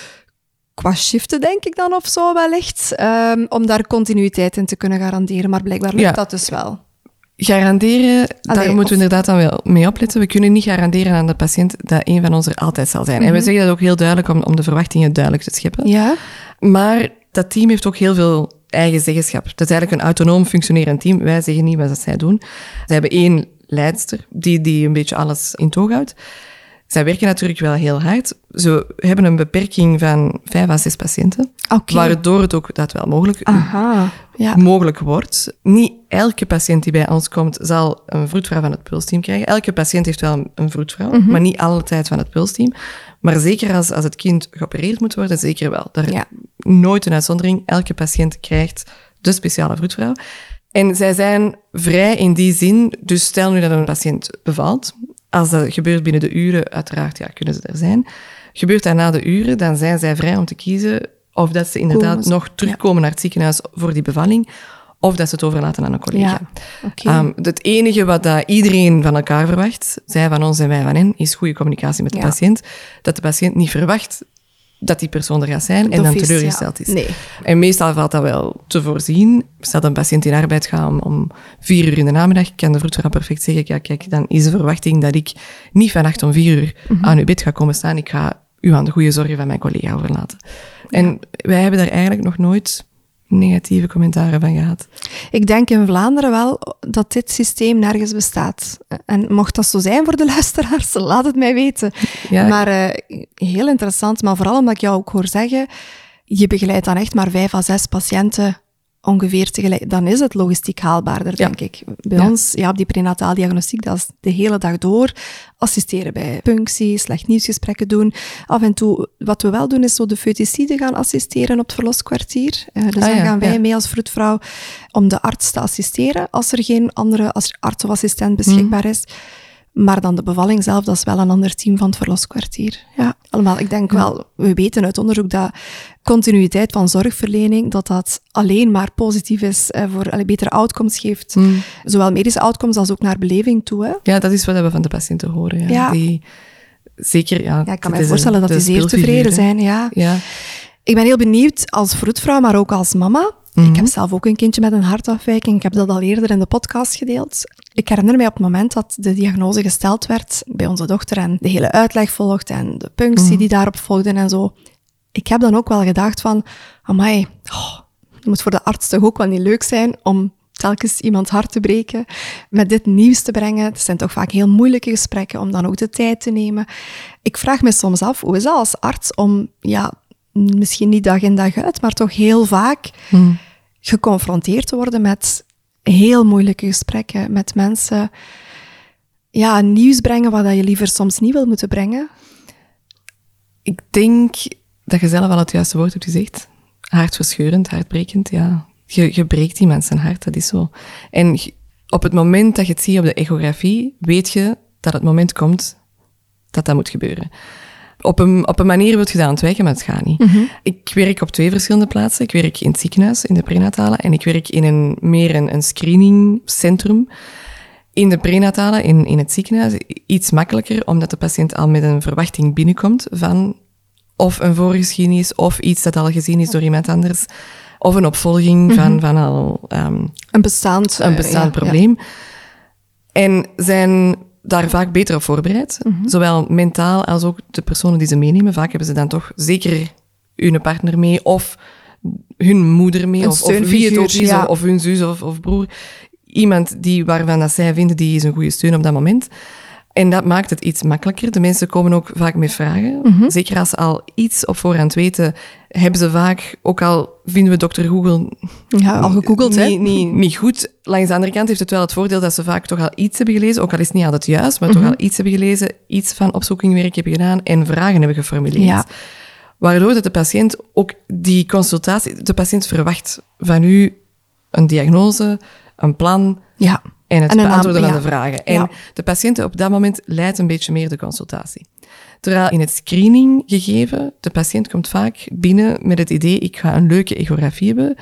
Speaker 2: Qua shiften denk ik dan of zo wellicht, um, om daar continuïteit in te kunnen garanderen. Maar blijkbaar lukt ja. dat dus wel.
Speaker 1: Garanderen, Allee, daar moeten we
Speaker 2: of...
Speaker 1: inderdaad dan wel mee opletten. We kunnen niet garanderen aan de patiënt dat een van ons er altijd zal zijn. Mm-hmm. En we zeggen dat ook heel duidelijk om, om de verwachtingen duidelijk te scheppen.
Speaker 2: Ja.
Speaker 1: Maar dat team heeft ook heel veel eigen zeggenschap. Dat is eigenlijk een autonoom functionerend team. Wij zeggen niet wat zij doen. Ze hebben één leidster die, die een beetje alles in toog houdt. Zij werken natuurlijk wel heel hard. Ze hebben een beperking van vijf à zes patiënten.
Speaker 2: Okay.
Speaker 1: Waardoor het ook dat wel mogelijk,
Speaker 2: Aha, ja.
Speaker 1: mogelijk wordt. Niet elke patiënt die bij ons komt, zal een vroedvrouw van het pulsteam krijgen. Elke patiënt heeft wel een vroedvrouw, mm-hmm. maar niet altijd van het pulsteam. Maar zeker als, als het kind geopereerd moet worden, zeker wel. Daar ja. Nooit een uitzondering. Elke patiënt krijgt de speciale vroedvrouw. En zij zijn vrij in die zin. Dus stel nu dat een patiënt bevalt. Als dat gebeurt binnen de uren, uiteraard ja, kunnen ze er zijn. Gebeurt dat na de uren, dan zijn zij vrij om te kiezen of dat ze inderdaad Komen. nog terugkomen ja. naar het ziekenhuis voor die bevalling, of dat ze het overlaten aan een collega.
Speaker 2: Ja. Okay.
Speaker 1: Um, het enige wat dat iedereen van elkaar verwacht, zij van ons en wij van hen, is goede communicatie met de ja. patiënt. Dat de patiënt niet verwacht dat die persoon er gaat zijn en dan teleurgesteld is.
Speaker 2: Ja. Nee.
Speaker 1: En meestal valt dat wel te voorzien. Stel dat een patiënt in arbeid gaat om, om vier uur in de namiddag, kan de vroedvrouw perfect zeggen, ja, kijk, dan is de verwachting dat ik niet van acht om vier uur mm-hmm. aan uw bed ga komen staan. Ik ga u aan de goede zorgen van mijn collega overlaten. Ja. En wij hebben daar eigenlijk nog nooit negatieve commentaren van gehad.
Speaker 2: Ik denk in Vlaanderen wel dat dit systeem nergens bestaat. En mocht dat zo zijn voor de luisteraars, laat het mij weten. Ja. Maar uh, heel interessant, maar vooral omdat ik jou ook hoor zeggen, je begeleidt dan echt maar vijf à zes patiënten ongeveer tegelijk. Dan is het logistiek haalbaarder, denk ja. ik. Bij ja. ons, ja, op die prenataal diagnostiek, dat is de hele dag door. Assisteren bij punctie, slecht nieuwsgesprekken doen. Af en toe, wat we wel doen, is zo de feuticide gaan assisteren op het verloskwartier. Uh, dus ah, dan ja, gaan wij ja. mee als vroedvrouw om de arts te assisteren, als er geen andere als er arts of assistent beschikbaar is. Maar dan de bevalling zelf, dat is wel een ander team van het verloskwartier. Ja, allemaal. Ik denk wel, we weten uit onderzoek dat continuïteit van zorgverlening, dat dat alleen maar positief is uh, voor allee, betere outcomes geeft. Mm. Zowel medische outcomes als ook naar beleving toe. Hè.
Speaker 1: Ja, dat is wat we van de patiënten horen. Ja. Ja. Die, zeker, ja.
Speaker 2: ja ik kan me voorstellen dat die zeer tevreden zijn. Ja.
Speaker 1: Ja.
Speaker 2: Ik ben heel benieuwd als vroedvrouw, maar ook als mama. Mm-hmm. Ik heb zelf ook een kindje met een hartafwijking. Ik heb dat al eerder in de podcast gedeeld. Ik herinner mij op het moment dat de diagnose gesteld werd bij onze dochter en de hele uitleg volgt en de punctie mm-hmm. die daarop volgde en zo. Ik heb dan ook wel gedacht van, amai, oh, het moet voor de arts toch ook wel niet leuk zijn om telkens iemands hart te breken, met dit nieuws te brengen. Het zijn toch vaak heel moeilijke gesprekken om dan ook de tijd te nemen. Ik vraag me soms af, hoe is dat als arts om, ja, misschien niet dag in dag uit, maar toch heel vaak mm. geconfronteerd te worden met heel moeilijke gesprekken met mensen. Ja, nieuws brengen wat je liever soms niet wil moeten brengen.
Speaker 1: Ik denk dat je zelf al het juiste woord hebt gezegd. Hartverscheurend, hartbrekend, ja. Je, je breekt iemand zijn hart, dat is zo. En op het moment dat je het ziet op de echografie, weet je dat het moment komt dat dat moet gebeuren. Op een, op een manier wil je dat ontwijken, maar het gaat niet. Mm-hmm. Ik werk op twee verschillende plaatsen. Ik werk in het ziekenhuis, in de prenatale, en ik werk in een meer een, een screeningcentrum. In de prenatale, in, in het ziekenhuis, iets makkelijker, omdat de patiënt al met een verwachting binnenkomt van of een voorgeschiedenis, of iets dat al gezien is door iemand anders, of een opvolging mm-hmm. van, van al um,
Speaker 2: een bestaand,
Speaker 1: een bestaand uh, ja, probleem. Ja. En zijn daar vaak beter op voorbereid. Mm-hmm. Zowel mentaal als ook de personen die ze meenemen. Vaak hebben ze dan toch zeker hun partner mee, of hun moeder mee, of, of wie het ook is, ja. of, of hun zus of, of broer. Iemand die, waarvan dat zij vinden, die is een goede steun op dat moment. En dat maakt het iets makkelijker. De mensen komen ook vaak met vragen. Mm-hmm. Zeker als ze al iets op voorhand weten, hebben ze vaak, ook al vinden we dokter Google
Speaker 2: ja, al gegoogeld,
Speaker 1: niet, niet, niet goed. Langs de andere kant heeft het wel het voordeel dat ze vaak toch al iets hebben gelezen, ook al is het niet altijd juist, maar mm-hmm. toch al iets hebben gelezen, iets van opzoekingwerk hebben gedaan en vragen hebben geformuleerd. Ja. Waardoor dat de patiënt ook die consultatie, de patiënt verwacht van u een diagnose, een plan,
Speaker 2: ja.
Speaker 1: en het
Speaker 2: en
Speaker 1: beantwoorden
Speaker 2: naam,
Speaker 1: van
Speaker 2: ja.
Speaker 1: de vragen. En
Speaker 2: ja.
Speaker 1: de patiënt op dat moment leidt een beetje meer de consultatie. Terwijl in het screeninggegeven, de patiënt komt vaak binnen met het idee, ik ga een leuke echografie hebben,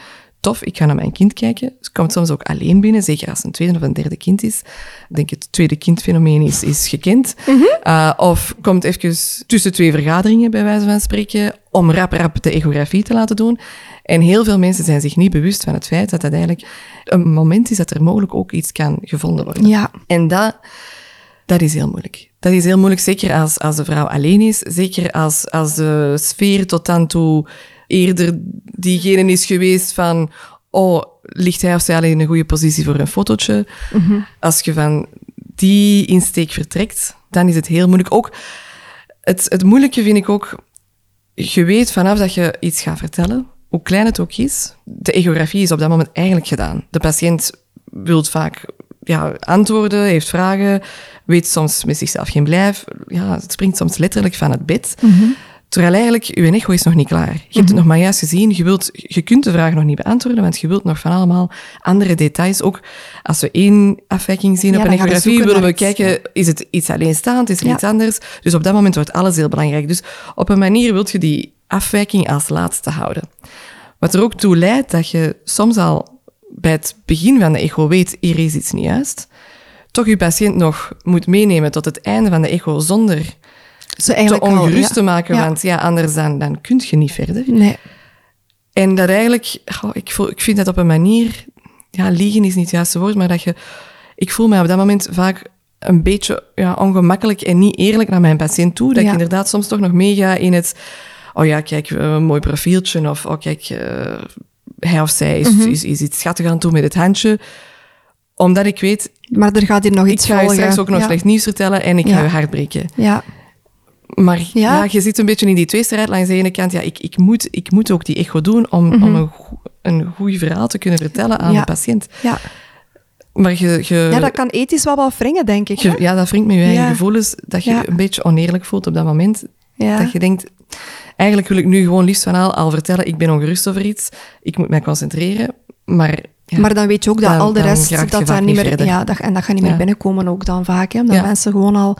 Speaker 1: tof, ik ga naar mijn kind kijken. Ze komt soms ook alleen binnen, zeker als het een tweede of een derde kind is. Ik denk het tweede kindfenomeen is, is gekend. Mm-hmm. Uh, of komt even tussen twee vergaderingen, bij wijze van spreken, om rap rap de echografie te laten doen. En heel veel mensen zijn zich niet bewust van het feit dat dat eigenlijk een moment is dat er mogelijk ook iets kan gevonden worden.
Speaker 2: Ja.
Speaker 1: En dat, dat is heel moeilijk. Dat is heel moeilijk, zeker als, als de vrouw alleen is. Zeker als, als de sfeer tot dan toe eerder diegene is geweest van, oh, ligt hij of zij al in een goede positie voor een fotootje? Mm-hmm. Als je van die insteek vertrekt, dan is het heel moeilijk. Ook het, het moeilijke vind ik ook, je weet vanaf dat je iets gaat vertellen, hoe klein het ook is, de echografie is op dat moment eigenlijk gedaan. De patiënt wil vaak ja, antwoorden, heeft vragen, weet soms met zichzelf geen blijf. Ja, het springt soms letterlijk van het bed. Mm-hmm. Terwijl eigenlijk, je echo is nog niet klaar. Je mm-hmm. hebt het nog maar juist gezien. Je, wilt, je kunt de vraag nog niet beantwoorden, want je wilt nog van allemaal andere details. Ook als we één afwijking zien ja, op een echografie, willen we het, kijken, ja. is het iets alleenstaand, is er ja. iets anders? Dus op dat moment wordt alles heel belangrijk. Dus op een manier wil je die afwijking als laatste houden. Wat er ook toe leidt dat je soms al bij het begin van de echo weet, hier is iets niet juist, toch je patiënt nog moet meenemen tot het einde van de echo zonder Zo te ongerust al, ja. te maken, ja. want ja, anders dan, dan kun je niet verder.
Speaker 2: Nee.
Speaker 1: En dat eigenlijk, oh, ik, voel, ik vind dat op een manier, ja, liegen is niet het juiste woord, maar dat je, ik voel mij op dat moment vaak een beetje ja, ongemakkelijk en niet eerlijk naar mijn patiënt toe, dat ja. ik inderdaad soms toch nog meega in het, oh ja, kijk, een mooi profieltje, of oh kijk, uh, hij of zij is, mm-hmm. is, is iets schattig aan het doen met het handje, omdat ik weet,
Speaker 2: maar er gaat hier nog iets
Speaker 1: ik ga je straks ook nog ja. slecht nieuws vertellen en ik ja. ga je hart breken. Ja. Maar ja. ja, je zit een beetje in die tweestrijd. Langs de ene kant, ja, ik, ik, moet, ik moet ook die echo doen om, mm-hmm. om een, go- een goed verhaal te kunnen vertellen aan ja. de patiënt. Ja. Maar je, je,
Speaker 2: ja, dat kan ethisch wel wat wringen, denk ik.
Speaker 1: Je, ja, dat wringt met je eigen ja. gevoelens. Dat je ja. een beetje oneerlijk voelt op dat moment. Ja. Dat je denkt, eigenlijk wil ik nu gewoon liefst van al, al vertellen, ik ben ongerust over iets, ik moet mij concentreren, maar...
Speaker 2: Ja, maar dan weet je ook dat dan, al de rest, dat dat niet meer... Ja, dat, en dat gaat niet meer ja. binnenkomen ook dan vaak, hè, omdat ja. mensen gewoon al...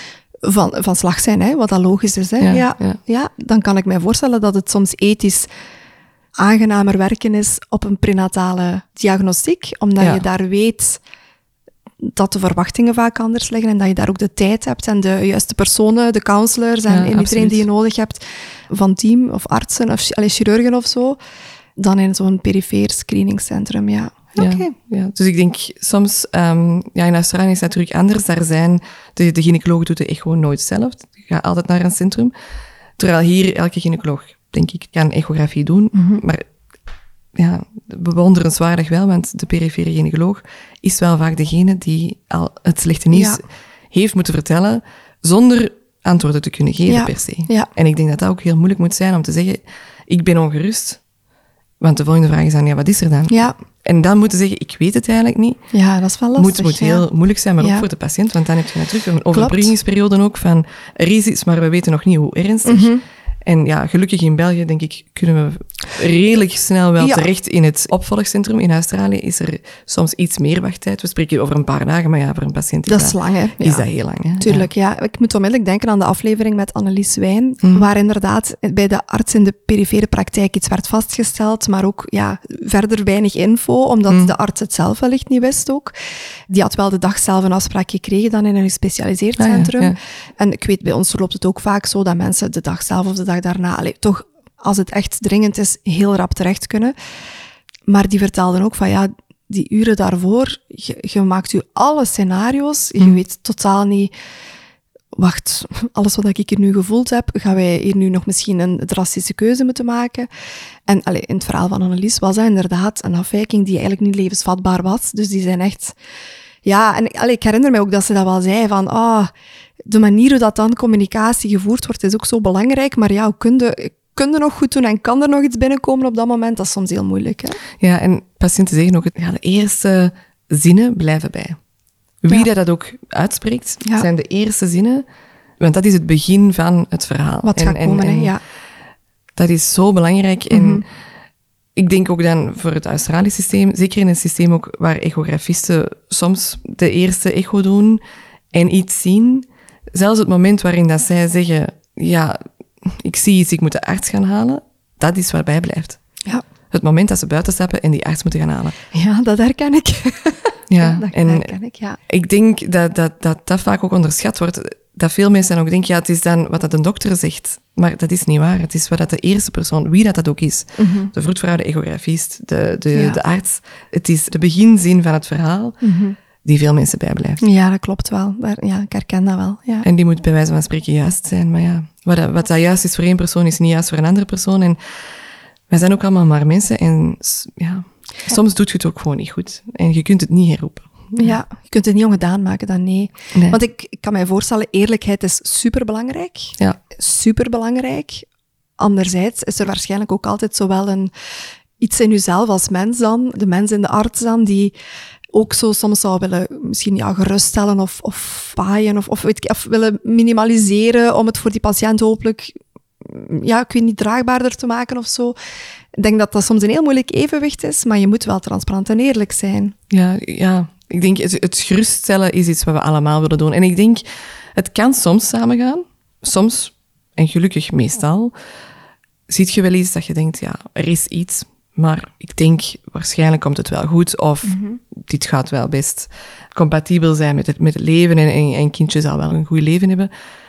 Speaker 2: Van, van slag zijn, hè, wat dat logisch is. Hè. Ja, ja, ja. ja, dan kan ik mij voorstellen dat het soms ethisch aangenamer werken is op een prenatale diagnostiek, omdat ja. je daar weet dat de verwachtingen vaak anders liggen en dat je daar ook de tijd hebt en de juiste personen, de counselors en, ja, en iedereen die je nodig hebt van team of artsen of allee, chirurgen of zo, dan in zo'n perifeer screeningcentrum, ja.
Speaker 1: Ja, okay. ja, dus ik denk soms, um, ja, in Australië is het natuurlijk anders. Daar zijn, de, de gynaecoloog doet de echo nooit zelf. Je gaat altijd naar een centrum. Terwijl hier elke gynaecoloog, denk ik, kan echografie doen. Mm-hmm. Maar ja, bewonderenswaardig wel, want de perifere gynaecoloog is wel vaak degene die al het slechte nieuws ja. heeft moeten vertellen, zonder antwoorden te kunnen geven ja. per se. Ja. En ik denk dat dat ook heel moeilijk moet zijn om te zeggen, ik ben ongerust. Want de volgende vraag is dan, ja, wat is er dan? Ja. En dan moeten zeggen, ik weet het eigenlijk niet.
Speaker 2: Ja, dat is wel lastig.
Speaker 1: Moet, moet
Speaker 2: ja.
Speaker 1: heel moeilijk zijn, maar ja. ook voor de patiënt. Want dan heb je natuurlijk een overbruggingsperiode ook van, er is iets, maar we weten nog niet hoe ernstig. Mm-hmm. En ja, gelukkig in België, denk ik, kunnen we redelijk snel wel ja. terecht in het opvolgcentrum. In Australië is er soms iets meer wachttijd. We spreken over een paar dagen, maar ja, voor een patiënt is
Speaker 2: dat, is, lang, hè?
Speaker 1: is
Speaker 2: ja.
Speaker 1: dat heel lang. Hè?
Speaker 2: Tuurlijk, ja. ja. Ik moet onmiddellijk denken aan de aflevering met Annelies Wijn, mm. waar inderdaad bij de arts in de perifere praktijk iets werd vastgesteld, maar ook ja, verder weinig info, omdat mm. de arts het zelf wellicht niet wist ook. Die had wel de dag zelf een afspraak gekregen dan in een gespecialiseerd ah, centrum. Ja, ja. En ik weet, bij ons verloopt het ook vaak zo dat mensen de dag zelf of de dag daarna, allee, toch, als het echt dringend is, heel rap terecht kunnen. Maar die vertelden ook van, ja, die uren daarvoor, je, je maakt je alle scenario's, je mm. weet totaal niet, wacht, alles wat ik hier nu gevoeld heb, gaan wij hier nu nog misschien een drastische keuze moeten maken? En allee, in het verhaal van Annelies was dat inderdaad een afwijking die eigenlijk niet levensvatbaar was. Dus die zijn echt... Ja, en allee, ik herinner mij ook dat ze dat wel zei, van, ah, oh, de manier hoe dat dan communicatie gevoerd wordt, is ook zo belangrijk, maar ja, hoe kun je, kun je nog goed doen en kan er nog iets binnenkomen op dat moment? Dat is soms heel moeilijk, hè?
Speaker 1: Ja, en patiënten zeggen ook, ja, de eerste zinnen blijven bij. Wie ja. dat, dat ook uitspreekt, ja. zijn de eerste zinnen, want dat is het begin van het verhaal.
Speaker 2: Wat
Speaker 1: en,
Speaker 2: gaat
Speaker 1: en,
Speaker 2: komen,
Speaker 1: en,
Speaker 2: hè? Ja.
Speaker 1: Dat is zo belangrijk. Mm-hmm. En ik denk ook dan voor het Australisch systeem, zeker in een systeem ook waar echografisten soms de eerste echo doen en iets zien, zelfs het moment waarin dat zij zeggen, ja, ik zie iets, ik moet de arts gaan halen, dat is waarbij blijft.
Speaker 2: Ja.
Speaker 1: het moment dat ze buiten stappen en die arts moeten gaan halen.
Speaker 2: Ja, dat herken ik.
Speaker 1: Ja,
Speaker 2: ja dat
Speaker 1: en
Speaker 2: herken ik, ja.
Speaker 1: Ik denk dat dat, dat dat vaak ook onderschat wordt. Dat veel mensen dan ook denken, ja, het is dan wat dat een dokter zegt. Maar dat is niet waar. Het is wat dat de eerste persoon, wie dat, dat ook is.
Speaker 2: Mm-hmm.
Speaker 1: De vroedvrouw, de echografist, de, de,
Speaker 2: Ja.
Speaker 1: de arts. Het is de beginzin van het verhaal
Speaker 2: Mm-hmm.
Speaker 1: die veel mensen bijblijft.
Speaker 2: Ja, dat klopt wel. Daar, ja, ik herken dat wel. Ja.
Speaker 1: En die moet bij wijze van spreken juist zijn. Maar ja, wat dat, wat dat juist is voor één persoon, is niet juist voor een andere persoon. En wij zijn ook allemaal maar mensen. En ja, soms doet je het ook gewoon niet goed. En je kunt het niet herroepen.
Speaker 2: Ja, je kunt het niet ongedaan maken, dan nee.
Speaker 1: Nee.
Speaker 2: Want ik, ik kan mij voorstellen, eerlijkheid is superbelangrijk.
Speaker 1: Ja.
Speaker 2: Superbelangrijk. Anderzijds is er waarschijnlijk ook altijd zowel een, iets in jezelf als mens dan, de mens in de arts dan, die ook zo soms zou willen misschien ja, geruststellen of, of paaien of, of, weet ik, of willen minimaliseren om het voor die patiënt hopelijk, ja, ik weet niet, draagbaarder te maken of zo. Ik denk dat dat soms een heel moeilijk evenwicht is, maar je moet wel transparant en eerlijk zijn.
Speaker 1: Ja, ja. Ik denk, het, het geruststellen is iets wat we allemaal willen doen. En ik denk, het kan soms samengaan. Soms, en gelukkig meestal, ziet je wel iets dat je denkt, ja, er is iets, maar ik denk, waarschijnlijk komt het wel goed, of mm-hmm. dit gaat wel best compatibel zijn met het, met het leven en, en, en kindje zal wel een goed leven hebben.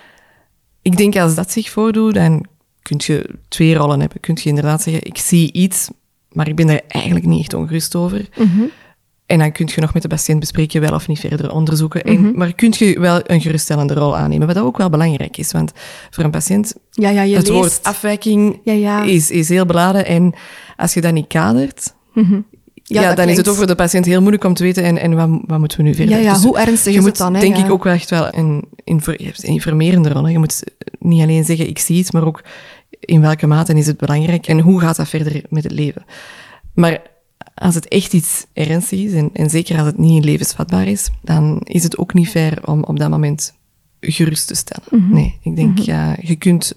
Speaker 1: Ik denk, als dat zich voordoet, dan kun je twee rollen hebben. Kun je inderdaad zeggen, ik zie iets, maar ik ben er eigenlijk niet echt ongerust over.
Speaker 2: Mm-hmm.
Speaker 1: En dan kun je nog met de patiënt bespreken, wel of niet verder onderzoeken. En,
Speaker 2: Mm-hmm.
Speaker 1: maar kun je wel een geruststellende rol aannemen, wat ook wel belangrijk is. Want voor een patiënt,
Speaker 2: ja, ja, je
Speaker 1: het
Speaker 2: leest.
Speaker 1: woord afwijking
Speaker 2: ja, ja.
Speaker 1: Is, is heel beladen. En als je dat niet kadert,
Speaker 2: Mm-hmm.
Speaker 1: ja,
Speaker 2: Ja,
Speaker 1: dan
Speaker 2: klinkt...
Speaker 1: is het ook voor de patiënt heel moeilijk om te weten, en, en wat, wat moeten we nu verder?
Speaker 2: Ja, ja,
Speaker 1: dus
Speaker 2: hoe ernstig
Speaker 1: je
Speaker 2: is
Speaker 1: moet,
Speaker 2: het dan? Hè?
Speaker 1: denk
Speaker 2: ja.
Speaker 1: ik ook wel echt wel een, infor, je hebt een informerende rol. Hè. Je moet niet alleen zeggen, ik zie iets, maar ook in welke mate is het belangrijk en hoe gaat dat verder met het leven? Maar als het echt iets ernstig is, en, en zeker als het niet levensvatbaar is, dan is het ook niet fair om op dat moment gerust te stellen. Mm-hmm. Nee, ik denk, mm-hmm. ja, je kunt...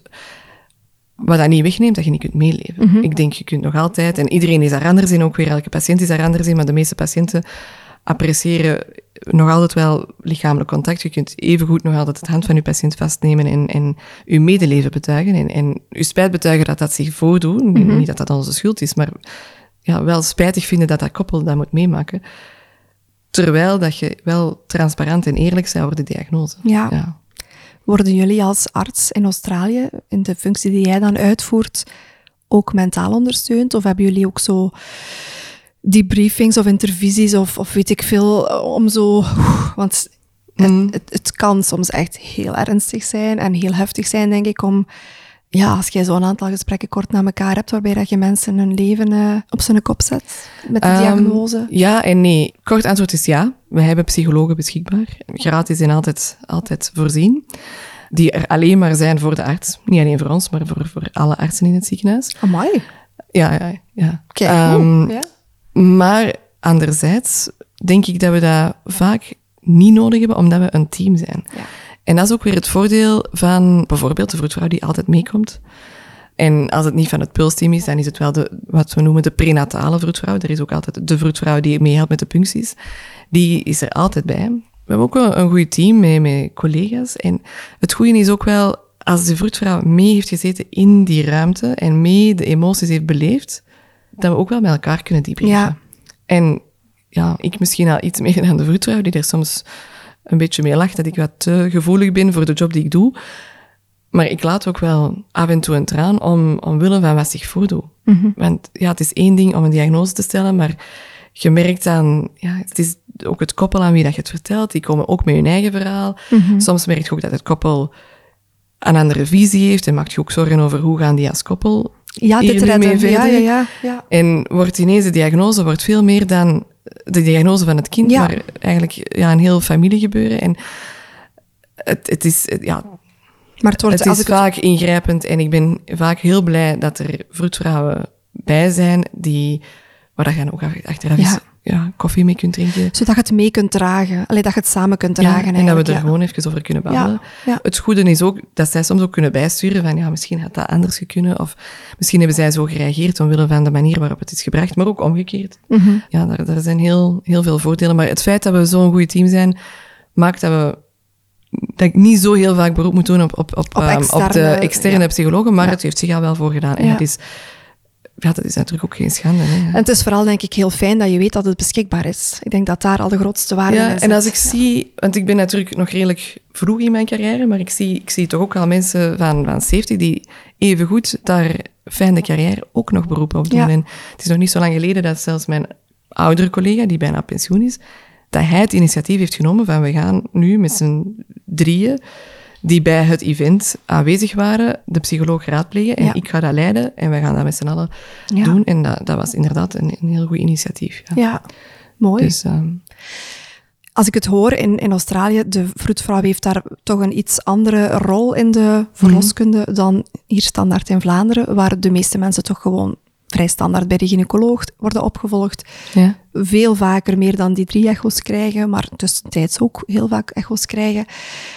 Speaker 1: Wat dat niet wegneemt, dat je niet kunt meeleven. Mm-hmm. Ik denk, je kunt nog altijd... En iedereen is daar anders in, ook weer elke patiënt is daar anders in, maar de meeste patiënten appreciëren nog altijd wel lichamelijk contact. Je kunt evengoed nog altijd het hand van je patiënt vastnemen en, en je medeleven betuigen en, en je spijt betuigen dat dat zich voordoet. Mm-hmm. Niet dat dat onze schuld is, maar ja, wel spijtig vinden dat dat koppel dat moet meemaken. Terwijl dat je wel transparant en eerlijk bent over de diagnose.
Speaker 2: Ja.
Speaker 1: ja.
Speaker 2: Worden jullie als arts in Australië, in de functie die jij dan uitvoert, ook mentaal ondersteund? Of hebben jullie ook zo debriefings of intervisies of, of weet ik veel, om zo... Want mm. het, het, het kan soms echt heel ernstig zijn en heel heftig zijn, denk ik, om... Ja, als jij zo'n aantal gesprekken kort na elkaar hebt, waarbij dat je mensen hun leven uh, op zijn kop zet met de um, diagnose.
Speaker 1: Ja en nee. Kort antwoord is ja. We hebben psychologen beschikbaar. Gratis en altijd, altijd voorzien. Die er alleen maar zijn voor de arts. Niet alleen voor ons, maar voor, voor alle artsen in het ziekenhuis.
Speaker 2: Amai.
Speaker 1: Ja, ja, ja.
Speaker 2: Kijk, um, ja.
Speaker 1: Maar anderzijds denk ik dat we dat vaak niet nodig hebben, omdat we een team zijn. Ja. En dat is ook weer het voordeel van bijvoorbeeld de vroedvrouw die altijd meekomt. En als het niet van het pulsteam is, dan is het wel de, wat we noemen de prenatale vroedvrouw. Er is ook altijd de vroedvrouw die meehelpt met de puncties. Die is er altijd bij. We hebben ook een, een goed team met, met collega's. En het goede is ook wel, als de vroedvrouw mee heeft gezeten in die ruimte en mee de emoties heeft beleefd, dat we ook wel met elkaar kunnen debriefen.
Speaker 2: Ja.
Speaker 1: En ja, ik misschien al iets meer dan de vroedvrouw, die er soms een beetje mee lacht, dat ik wat te gevoelig ben voor de job die ik doe. Maar ik laat ook wel af en toe een traan om, omwille van wat zich voordoet. Mm-hmm. Want ja, het is één ding om een diagnose te stellen, maar je merkt dan, ja, het is ook het koppel aan wie dat je het vertelt. Die komen ook met hun eigen verhaal. Mm-hmm. Soms merk je ook dat het koppel een andere visie heeft en maakt je ook zorgen over hoe gaan die als koppel
Speaker 2: ja,
Speaker 1: hier
Speaker 2: dit
Speaker 1: nu
Speaker 2: redden.
Speaker 1: mee verder.
Speaker 2: Ja, ja, ja, ja.
Speaker 1: En wordt ineens de diagnose wordt veel meer dan de diagnose van het kind, ja. maar eigenlijk ja, een heel familiegebeuren. En het, het is, ja,
Speaker 2: maar het, wordt,
Speaker 1: het is vaak het... ingrijpend en ik ben vaak heel blij dat er vroedvrouwen bij zijn die, waar je dan ook achteraf ja. ja, koffie mee kunt drinken.
Speaker 2: Zodat je het mee kunt dragen. Allee, dat je het samen kunt dragen.
Speaker 1: Ja, en dat we er
Speaker 2: ja.
Speaker 1: gewoon even over kunnen babbelen.
Speaker 2: Ja, ja.
Speaker 1: Het goede is ook dat zij soms ook kunnen bijsturen van ja, misschien had dat anders kunnen of misschien hebben zij zo gereageerd omwille van de manier waarop het is gebracht, maar ook omgekeerd. Mm-hmm. Ja, daar, daar zijn heel, heel veel voordelen. Maar het feit dat we zo'n goed team zijn, maakt dat we dat ik niet zo heel vaak beroep moet doen op, op, op,
Speaker 2: op,
Speaker 1: um,
Speaker 2: externe,
Speaker 1: op de externe ja. psychologen, maar ja. het heeft zich al wel voor gedaan. En
Speaker 2: ja.
Speaker 1: het is ja, dat is natuurlijk ook geen schande. Hè.
Speaker 2: En het is vooral, denk ik, heel fijn dat je weet dat het beschikbaar is. Ik denk dat daar al de grootste waarde
Speaker 1: ja,
Speaker 2: in zit.
Speaker 1: En als ik zie, want ik ben natuurlijk nog redelijk vroeg in mijn carrière, maar ik zie, ik zie toch ook al mensen van, van zeventig die evengoed daar fijn de carrière ook nog beroep op doen.
Speaker 2: Ja.
Speaker 1: En het is nog niet zo lang geleden dat zelfs mijn oudere collega, die bijna pensioen is, dat hij het initiatief heeft genomen van we gaan nu met z'n drieën die bij het event aanwezig waren, de psycholoog raadplegen. En
Speaker 2: ja.
Speaker 1: ik ga dat leiden en we gaan dat met z'n allen
Speaker 2: ja.
Speaker 1: doen. En dat, dat was inderdaad een, een heel goed initiatief. Ja,
Speaker 2: ja mooi.
Speaker 1: Dus, um...
Speaker 2: Als ik het hoor in, in Australië, de vroedvrouw heeft daar toch een iets andere rol in de verloskunde mm-hmm. dan hier standaard in Vlaanderen, waar de meeste mensen toch gewoon vrij standaard bij de gynaecoloog worden opgevolgd.
Speaker 1: Ja.
Speaker 2: Veel vaker meer dan die drie echo's krijgen, maar tussentijds ook heel vaak echo's krijgen.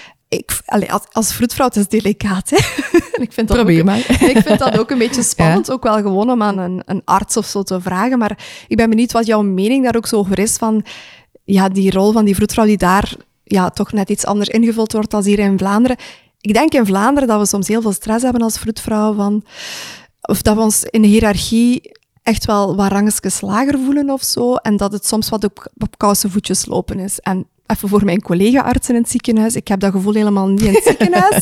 Speaker 2: Ik, allez, als, als vroedvrouw, het is delicaat, hè. ik vind dat
Speaker 1: Probeer
Speaker 2: ook,
Speaker 1: maar.
Speaker 2: Ik vind dat ook een beetje spannend,
Speaker 1: ja.
Speaker 2: ook wel gewoon om aan een, een arts of zo te vragen. Maar ik ben benieuwd wat jouw mening daar ook zo over is, van ja, die rol van die vroedvrouw die daar ja, toch net iets anders ingevuld wordt dan hier in Vlaanderen. Ik denk in Vlaanderen dat we soms heel veel stress hebben als vroedvrouw, van, of dat we ons in de hiërarchie echt wel wat rangjes lager voelen of zo, en dat het soms wat op, op koude voetjes lopen is. En even voor mijn collega-artsen in het ziekenhuis, ik heb dat gevoel helemaal niet in het ziekenhuis.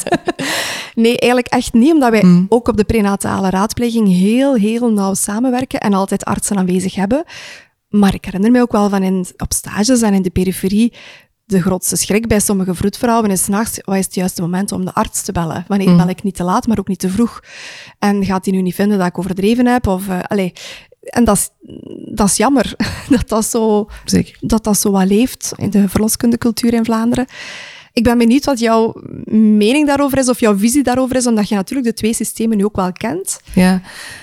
Speaker 2: Nee, eigenlijk echt niet, omdat wij mm. ook op de prenatale raadpleging heel, heel nauw samenwerken en altijd artsen aanwezig hebben. Maar ik herinner me ook wel van in, op stages en in de periferie, de grootste schrik bij sommige vroedvrouwen is 's nachts, wat is het juiste moment om de arts te bellen? Wanneer mm. bel ik niet te laat, maar ook niet te vroeg? En gaat hij nu niet vinden dat ik overdreven heb? Of, uh, allez, en dat is, dat is jammer, dat dat, zo, dat dat zo wat leeft in de verloskundecultuur in Vlaanderen. Ik ben benieuwd wat jouw mening daarover is, of jouw visie daarover is, omdat je natuurlijk de twee systemen nu ook wel kent.
Speaker 1: Ja,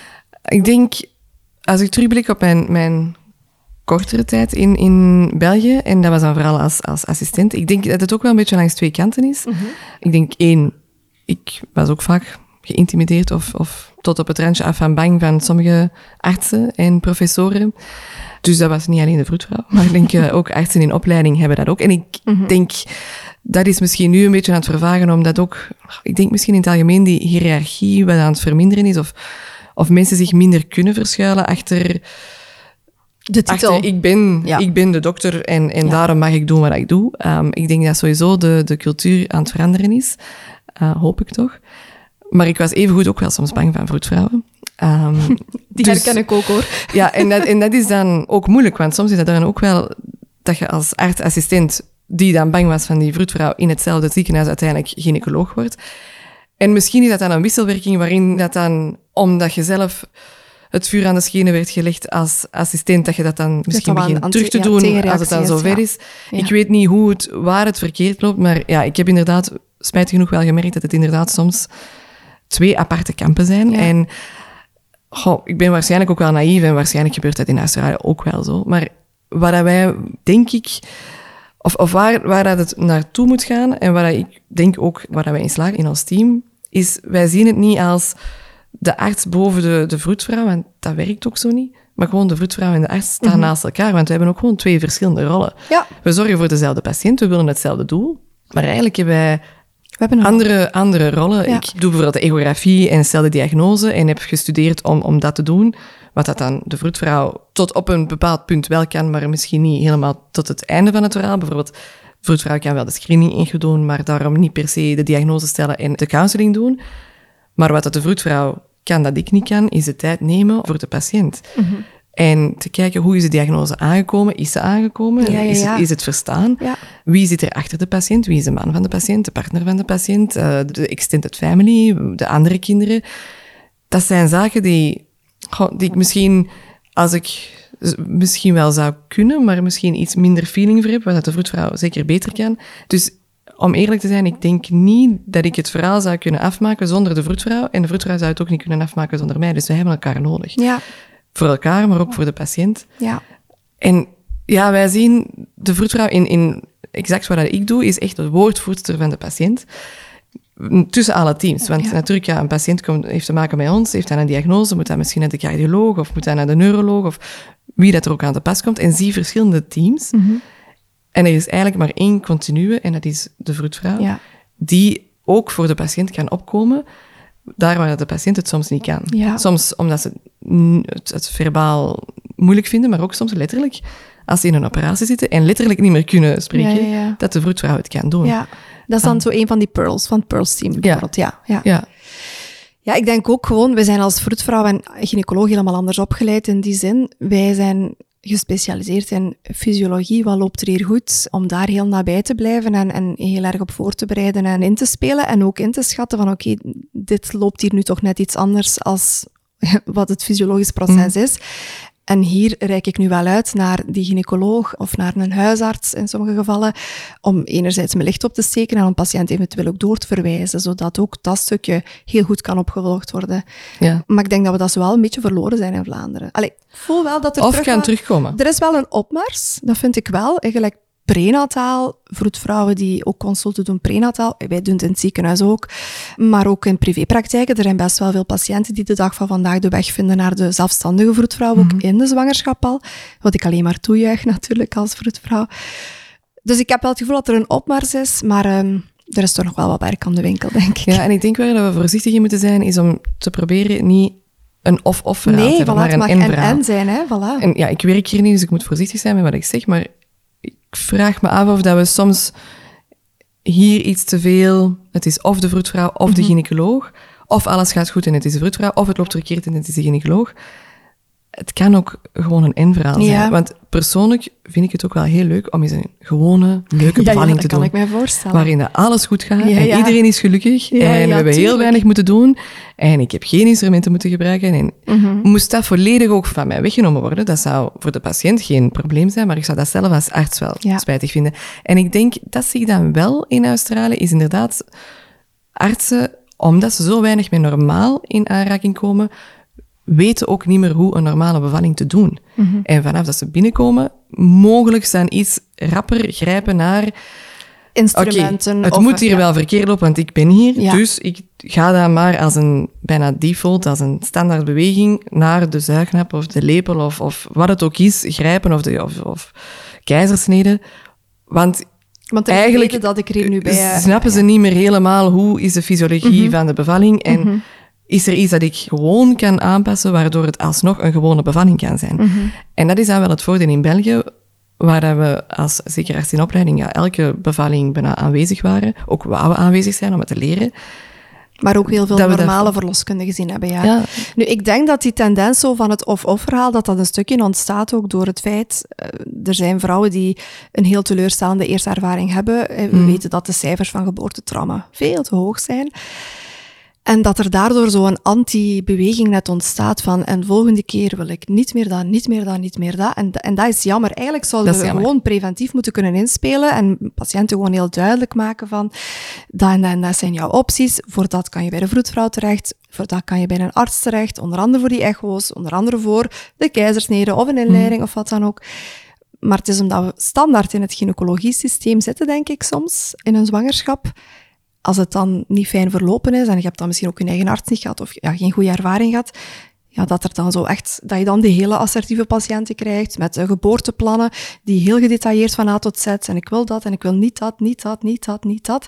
Speaker 1: ik denk, als ik terugblik op mijn, mijn kortere tijd in, in België, en dat was dan vooral als, als assistent, ik denk dat het ook wel een beetje langs twee kanten is. Mm-hmm. Ik denk, één, ik was ook vaak geïntimideerd of, of tot op het randje af van bang van sommige artsen en professoren. Dus dat was niet alleen de vroedvrouw, maar ik denk uh, ook artsen in opleiding hebben dat ook. En ik mm-hmm. denk, dat is misschien nu een beetje aan het vervagen, omdat ook, ik denk misschien in het algemeen die hiërarchie wat aan het verminderen is, of, of mensen zich minder kunnen verschuilen achter
Speaker 2: de titel.
Speaker 1: Achter, ik, ben, ja. ik ben de dokter en, en ja. daarom mag ik doen wat ik doe. Um, ik denk dat sowieso de, de cultuur aan het veranderen is. Uh, hoop ik toch. Maar ik was evengoed ook wel soms bang van vroedvrouwen. Um,
Speaker 2: Die dus, herken ik ook, hoor.
Speaker 1: Ja, en dat, en dat is dan ook moeilijk, want soms is dat dan ook wel dat je als artsassistent, die dan bang was van die vroedvrouw, in hetzelfde ziekenhuis uiteindelijk gynaecoloog wordt. En misschien is dat dan een wisselwerking waarin dat dan, omdat je zelf het vuur aan de schenen werd gelegd als assistent, dat je dat dan misschien begint anti- terug te ja, doen als het dan zover is. Ja. Ik weet niet hoe het, waar het verkeerd loopt, maar ja, ik heb inderdaad, spijtig genoeg wel gemerkt dat het inderdaad soms twee aparte kampen zijn. Ja. En goh, ik ben waarschijnlijk ook wel naïef en waarschijnlijk gebeurt dat in Australië ook wel zo. Maar waar wij, denk ik, of, of waar, waar dat het naartoe moet gaan en waar ik denk ook waar wij in slagen in ons team, is wij zien het niet als de arts boven de, de vroedvrouw, want dat werkt ook zo niet. Maar gewoon de vroedvrouw en de arts staan mm-hmm. naast elkaar, want we hebben ook gewoon twee verschillende rollen. Ja. We zorgen voor dezelfde patiënt, we willen hetzelfde doel, maar eigenlijk hebben wij we hebben andere, andere rollen. Ja. Ik doe bijvoorbeeld de echografie en stel de diagnose en heb gestudeerd om, om dat te doen, wat dat dan de vroedvrouw tot op een bepaald punt wel kan, maar misschien niet helemaal tot het einde van het verhaal. Bijvoorbeeld, de vroedvrouw kan wel de screening ingenomen doen, maar daarom niet per se de diagnose stellen en de counseling doen. Maar wat dat de vroedvrouw kan dat ik niet kan, is de tijd nemen voor de patiënt. Mm-hmm. En te kijken, hoe is de diagnose aangekomen? Is ze aangekomen? Ja, ja, ja. Is, het, is het verstaan? Ja. Wie zit er achter de patiënt? Wie is de man van de patiënt? De partner van de patiënt? Uh, de extended family? De andere kinderen? Dat zijn zaken die, goh, die ik misschien, als ik misschien wel zou kunnen, maar misschien iets minder feeling voor heb, wat de vroedvrouw zeker beter kan. Dus om eerlijk te zijn, ik denk niet dat ik het verhaal zou kunnen afmaken zonder de vroedvrouw. En de vroedvrouw zou het ook niet kunnen afmaken zonder mij. Dus we hebben elkaar nodig. Ja. Voor elkaar, maar ook voor de patiënt. Ja. En ja, wij zien de vroedvrouw in, in exact wat ik doe, is echt de woordvoerster van de patiënt. Tussen alle teams. Want ja. natuurlijk, ja, een patiënt komt, heeft te maken met ons, heeft dan een diagnose, moet dan misschien naar de cardioloog of moet dan naar de neuroloog of wie dat er ook aan te pas komt. En zie verschillende teams. Mm-hmm. En er is eigenlijk maar één continue, en dat is de vroedvrouw, ja. die ook voor de patiënt kan opkomen. daar waar de patiënt het soms niet kan.
Speaker 2: Ja.
Speaker 1: Soms omdat ze het, het verbaal moeilijk vinden, maar ook soms letterlijk als ze in een operatie zitten en letterlijk niet meer kunnen spreken, ja, ja, ja. dat de vroedvrouw het kan doen.
Speaker 2: Ja, dat is dan ah. zo een van die pearls, van het Pearls team bijvoorbeeld. Ja. Ja, ja.
Speaker 1: ja.
Speaker 2: Ja, ik denk ook gewoon, we zijn als vroedvrouw en gynaecoloog helemaal anders opgeleid in die zin. Wij zijn gespecialiseerd in fysiologie, wat loopt er hier goed, om daar heel nabij te blijven en, en heel erg op voor te bereiden en in te spelen en ook in te schatten van oké, okay, dit loopt hier nu toch net iets anders als wat het fysiologisch proces mm. is. En hier reik ik nu wel uit naar die gynaecoloog of naar een huisarts in sommige gevallen, om enerzijds mijn licht op te steken en een patiënt eventueel ook door te verwijzen, zodat ook dat stukje heel goed kan opgevolgd worden. Ja. Maar ik denk dat we dat zo wel een beetje verloren zijn in Vlaanderen. Allee, ik voel wel dat er
Speaker 1: of
Speaker 2: terug
Speaker 1: kan
Speaker 2: wel,
Speaker 1: terugkomen.
Speaker 2: Er is wel een opmars, dat vind ik wel. Eigenlijk prenataal, vroedvrouwen die ook consulten doen prenataal, wij doen het in het ziekenhuis ook, maar ook in privépraktijken. Er zijn best wel veel patiënten die de dag van vandaag de weg vinden naar de zelfstandige vroedvrouw, mm-hmm. ook in de zwangerschap al, wat ik alleen maar toejuich natuurlijk als vroedvrouw. Dus ik heb wel het gevoel dat er een opmars is, maar um, er is toch nog wel wat werk aan de winkel, denk ik.
Speaker 1: Ja, en ik denk waar we voorzichtig in moeten zijn, is om te proberen niet een of-of verhaal
Speaker 2: nee,
Speaker 1: te hebben,
Speaker 2: voilà,
Speaker 1: maar een
Speaker 2: het mag
Speaker 1: en-verhaal.
Speaker 2: en-en zijn, hè, voilà.
Speaker 1: En ja, ik werk hier niet, dus ik moet voorzichtig zijn met wat ik zeg, maar ik vraag me af of dat we soms hier iets te veel... Het is of de vroedvrouw of de mm-hmm. gynaecoloog, of alles gaat goed en het is de vroedvrouw, of het loopt verkeerd en het is de gynaecoloog. Het kan ook gewoon een en-verhaal zijn.
Speaker 2: Ja.
Speaker 1: Want persoonlijk vind ik het ook wel heel leuk om eens een gewone, leuke bevalling
Speaker 2: ja, ja,
Speaker 1: te doen.
Speaker 2: dat kan ik mij voorstellen.
Speaker 1: Waarin dat alles goed gaat
Speaker 2: ja,
Speaker 1: en
Speaker 2: ja.
Speaker 1: iedereen is gelukkig.
Speaker 2: Ja,
Speaker 1: en
Speaker 2: ja,
Speaker 1: we hebben
Speaker 2: tuurlijk.
Speaker 1: heel weinig moeten doen. En ik heb geen instrumenten moeten gebruiken. En
Speaker 2: mm-hmm.
Speaker 1: moest dat volledig ook van mij weggenomen worden. Dat zou voor de patiënt geen probleem zijn, maar ik zou dat zelf als arts wel
Speaker 2: ja.
Speaker 1: spijtig vinden. En ik denk, dat zie ik dan wel in Australië, is inderdaad artsen, omdat ze zo weinig met normaal in aanraking komen, weten ook niet meer hoe een normale bevalling te doen.
Speaker 2: Mm-hmm.
Speaker 1: En vanaf dat ze binnenkomen, mogelijk zijn iets rapper grijpen naar...
Speaker 2: Instrumenten.
Speaker 1: Okay, het
Speaker 2: of,
Speaker 1: moet hier
Speaker 2: ja.
Speaker 1: wel verkeerd lopen, want ik ben hier.
Speaker 2: Ja.
Speaker 1: Dus ik ga dan maar als een bijna default, als een standaard beweging, naar de zuignap of de lepel of, of wat het ook is, grijpen of, de, of, of keizersnede. Want...
Speaker 2: Want
Speaker 1: eigenlijk
Speaker 2: dat ik er hier nu bij...
Speaker 1: snappen
Speaker 2: ja.
Speaker 1: ze niet meer helemaal hoe is de fysiologie
Speaker 2: mm-hmm.
Speaker 1: van de bevalling en
Speaker 2: mm-hmm.
Speaker 1: is er iets dat ik gewoon kan aanpassen, waardoor het alsnog een gewone bevalling kan zijn.
Speaker 2: Mm-hmm.
Speaker 1: En dat is dan wel het voordeel in België, waar we als, zeker arts in opleiding, ja, elke bevalling bijna aanwezig waren. Ook wouden aanwezig zijn om het te leren.
Speaker 2: Maar ook heel veel
Speaker 1: dat
Speaker 2: normale
Speaker 1: dat...
Speaker 2: verloskundigen gezien hebben, ja.
Speaker 1: ja.
Speaker 2: Nu, ik denk dat die tendens zo van het of-of-verhaal, dat dat een stukje ontstaat ook door het feit... Uh, er zijn vrouwen die een heel teleurstaande eerste ervaring hebben. Uh, we mm. weten dat de cijfers van geboortetrauma veel te hoog zijn. En dat er daardoor zo'n anti-beweging net ontstaat van en volgende keer wil ik niet meer dat, niet meer dat, niet meer dat. En, en dat is jammer. Eigenlijk zouden we
Speaker 1: jammer.
Speaker 2: gewoon preventief moeten kunnen inspelen en patiënten gewoon heel duidelijk maken van dat en dat, en dat zijn jouw opties. Voor dat kan je bij de vroedvrouw terecht, voor dat kan je bij een arts terecht, onder andere voor die echo's, onder andere voor de keizersnede of een inleiding mm. of wat dan ook. Maar het is omdat we standaard in het gynaecologie-systeem zitten, denk ik soms, in een zwangerschap. Als het dan niet fijn verlopen is en je hebt dan misschien ook je eigen arts niet gehad of ja, geen goede ervaring gehad, ja, dat, er dan zo echt, dat je dan die hele assertieve patiënten krijgt met uh, geboorteplannen die heel gedetailleerd van A tot Z en ik wil dat en ik wil niet dat, niet dat, niet dat, niet dat.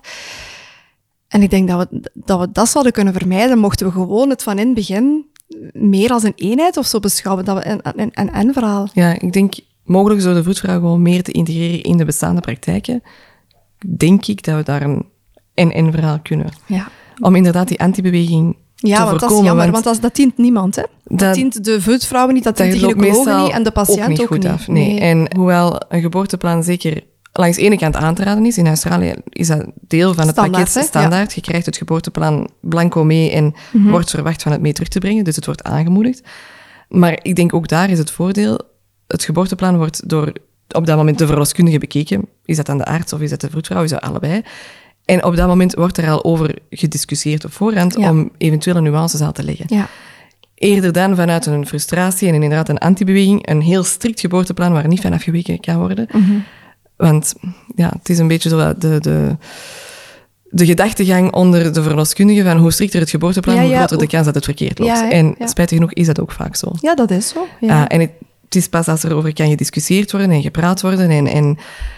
Speaker 2: En ik denk dat we dat, we dat zouden kunnen vermijden, mochten we gewoon het van in het begin meer als een eenheid of zo beschouwen, dat we een, een, een, een verhaal.
Speaker 1: Ja, ik denk mogelijk zo de vroedvrouw gewoon meer te integreren in de bestaande praktijken. Denk ik dat we daar een en-en verhaal kunnen.
Speaker 2: Ja.
Speaker 1: Om inderdaad die antibeweging
Speaker 2: ja,
Speaker 1: te
Speaker 2: want
Speaker 1: voorkomen.
Speaker 2: dat is jammer,
Speaker 1: want,
Speaker 2: want dat, dat dient niemand. Hè? Dat, dat dient de vroedvrouwen niet, dat, dat dient de gynaecologen niet en de patiënt
Speaker 1: ook niet.
Speaker 2: Ook
Speaker 1: goed
Speaker 2: niet.
Speaker 1: Af. Nee. Nee. En hoewel een geboorteplan zeker langs de ene kant aan te raden is, in Australië is dat deel van het
Speaker 2: standaard,
Speaker 1: pakket standaard. Ja. Je krijgt het geboorteplan blanco mee en mm-hmm. wordt verwacht van het mee terug te brengen, dus het wordt aangemoedigd. Maar ik denk ook daar is het voordeel, het geboorteplan wordt door op dat moment de verloskundige bekeken. Is dat dan de arts of is dat de vroedvrouw? Is dat allebei? En op dat moment wordt er al over gediscussieerd op voorhand ja. om eventuele nuances aan te leggen.
Speaker 2: Ja.
Speaker 1: Eerder dan vanuit een frustratie en inderdaad een antibeweging, een heel strikt geboorteplan waar niet van afgeweken kan worden.
Speaker 2: Mm-hmm.
Speaker 1: Want ja, het is een beetje zo de, de, de gedachtegang onder de verloskundigen van hoe strikter het geboorteplan, ja, ja, hoe groter de kans dat het verkeerd loopt.
Speaker 2: Ja,
Speaker 1: en
Speaker 2: ja.
Speaker 1: spijtig genoeg is dat ook vaak zo.
Speaker 2: Ja, dat is zo. Ja.
Speaker 1: Uh, en het, het is pas als er over kan gediscussieerd worden en gepraat worden en... en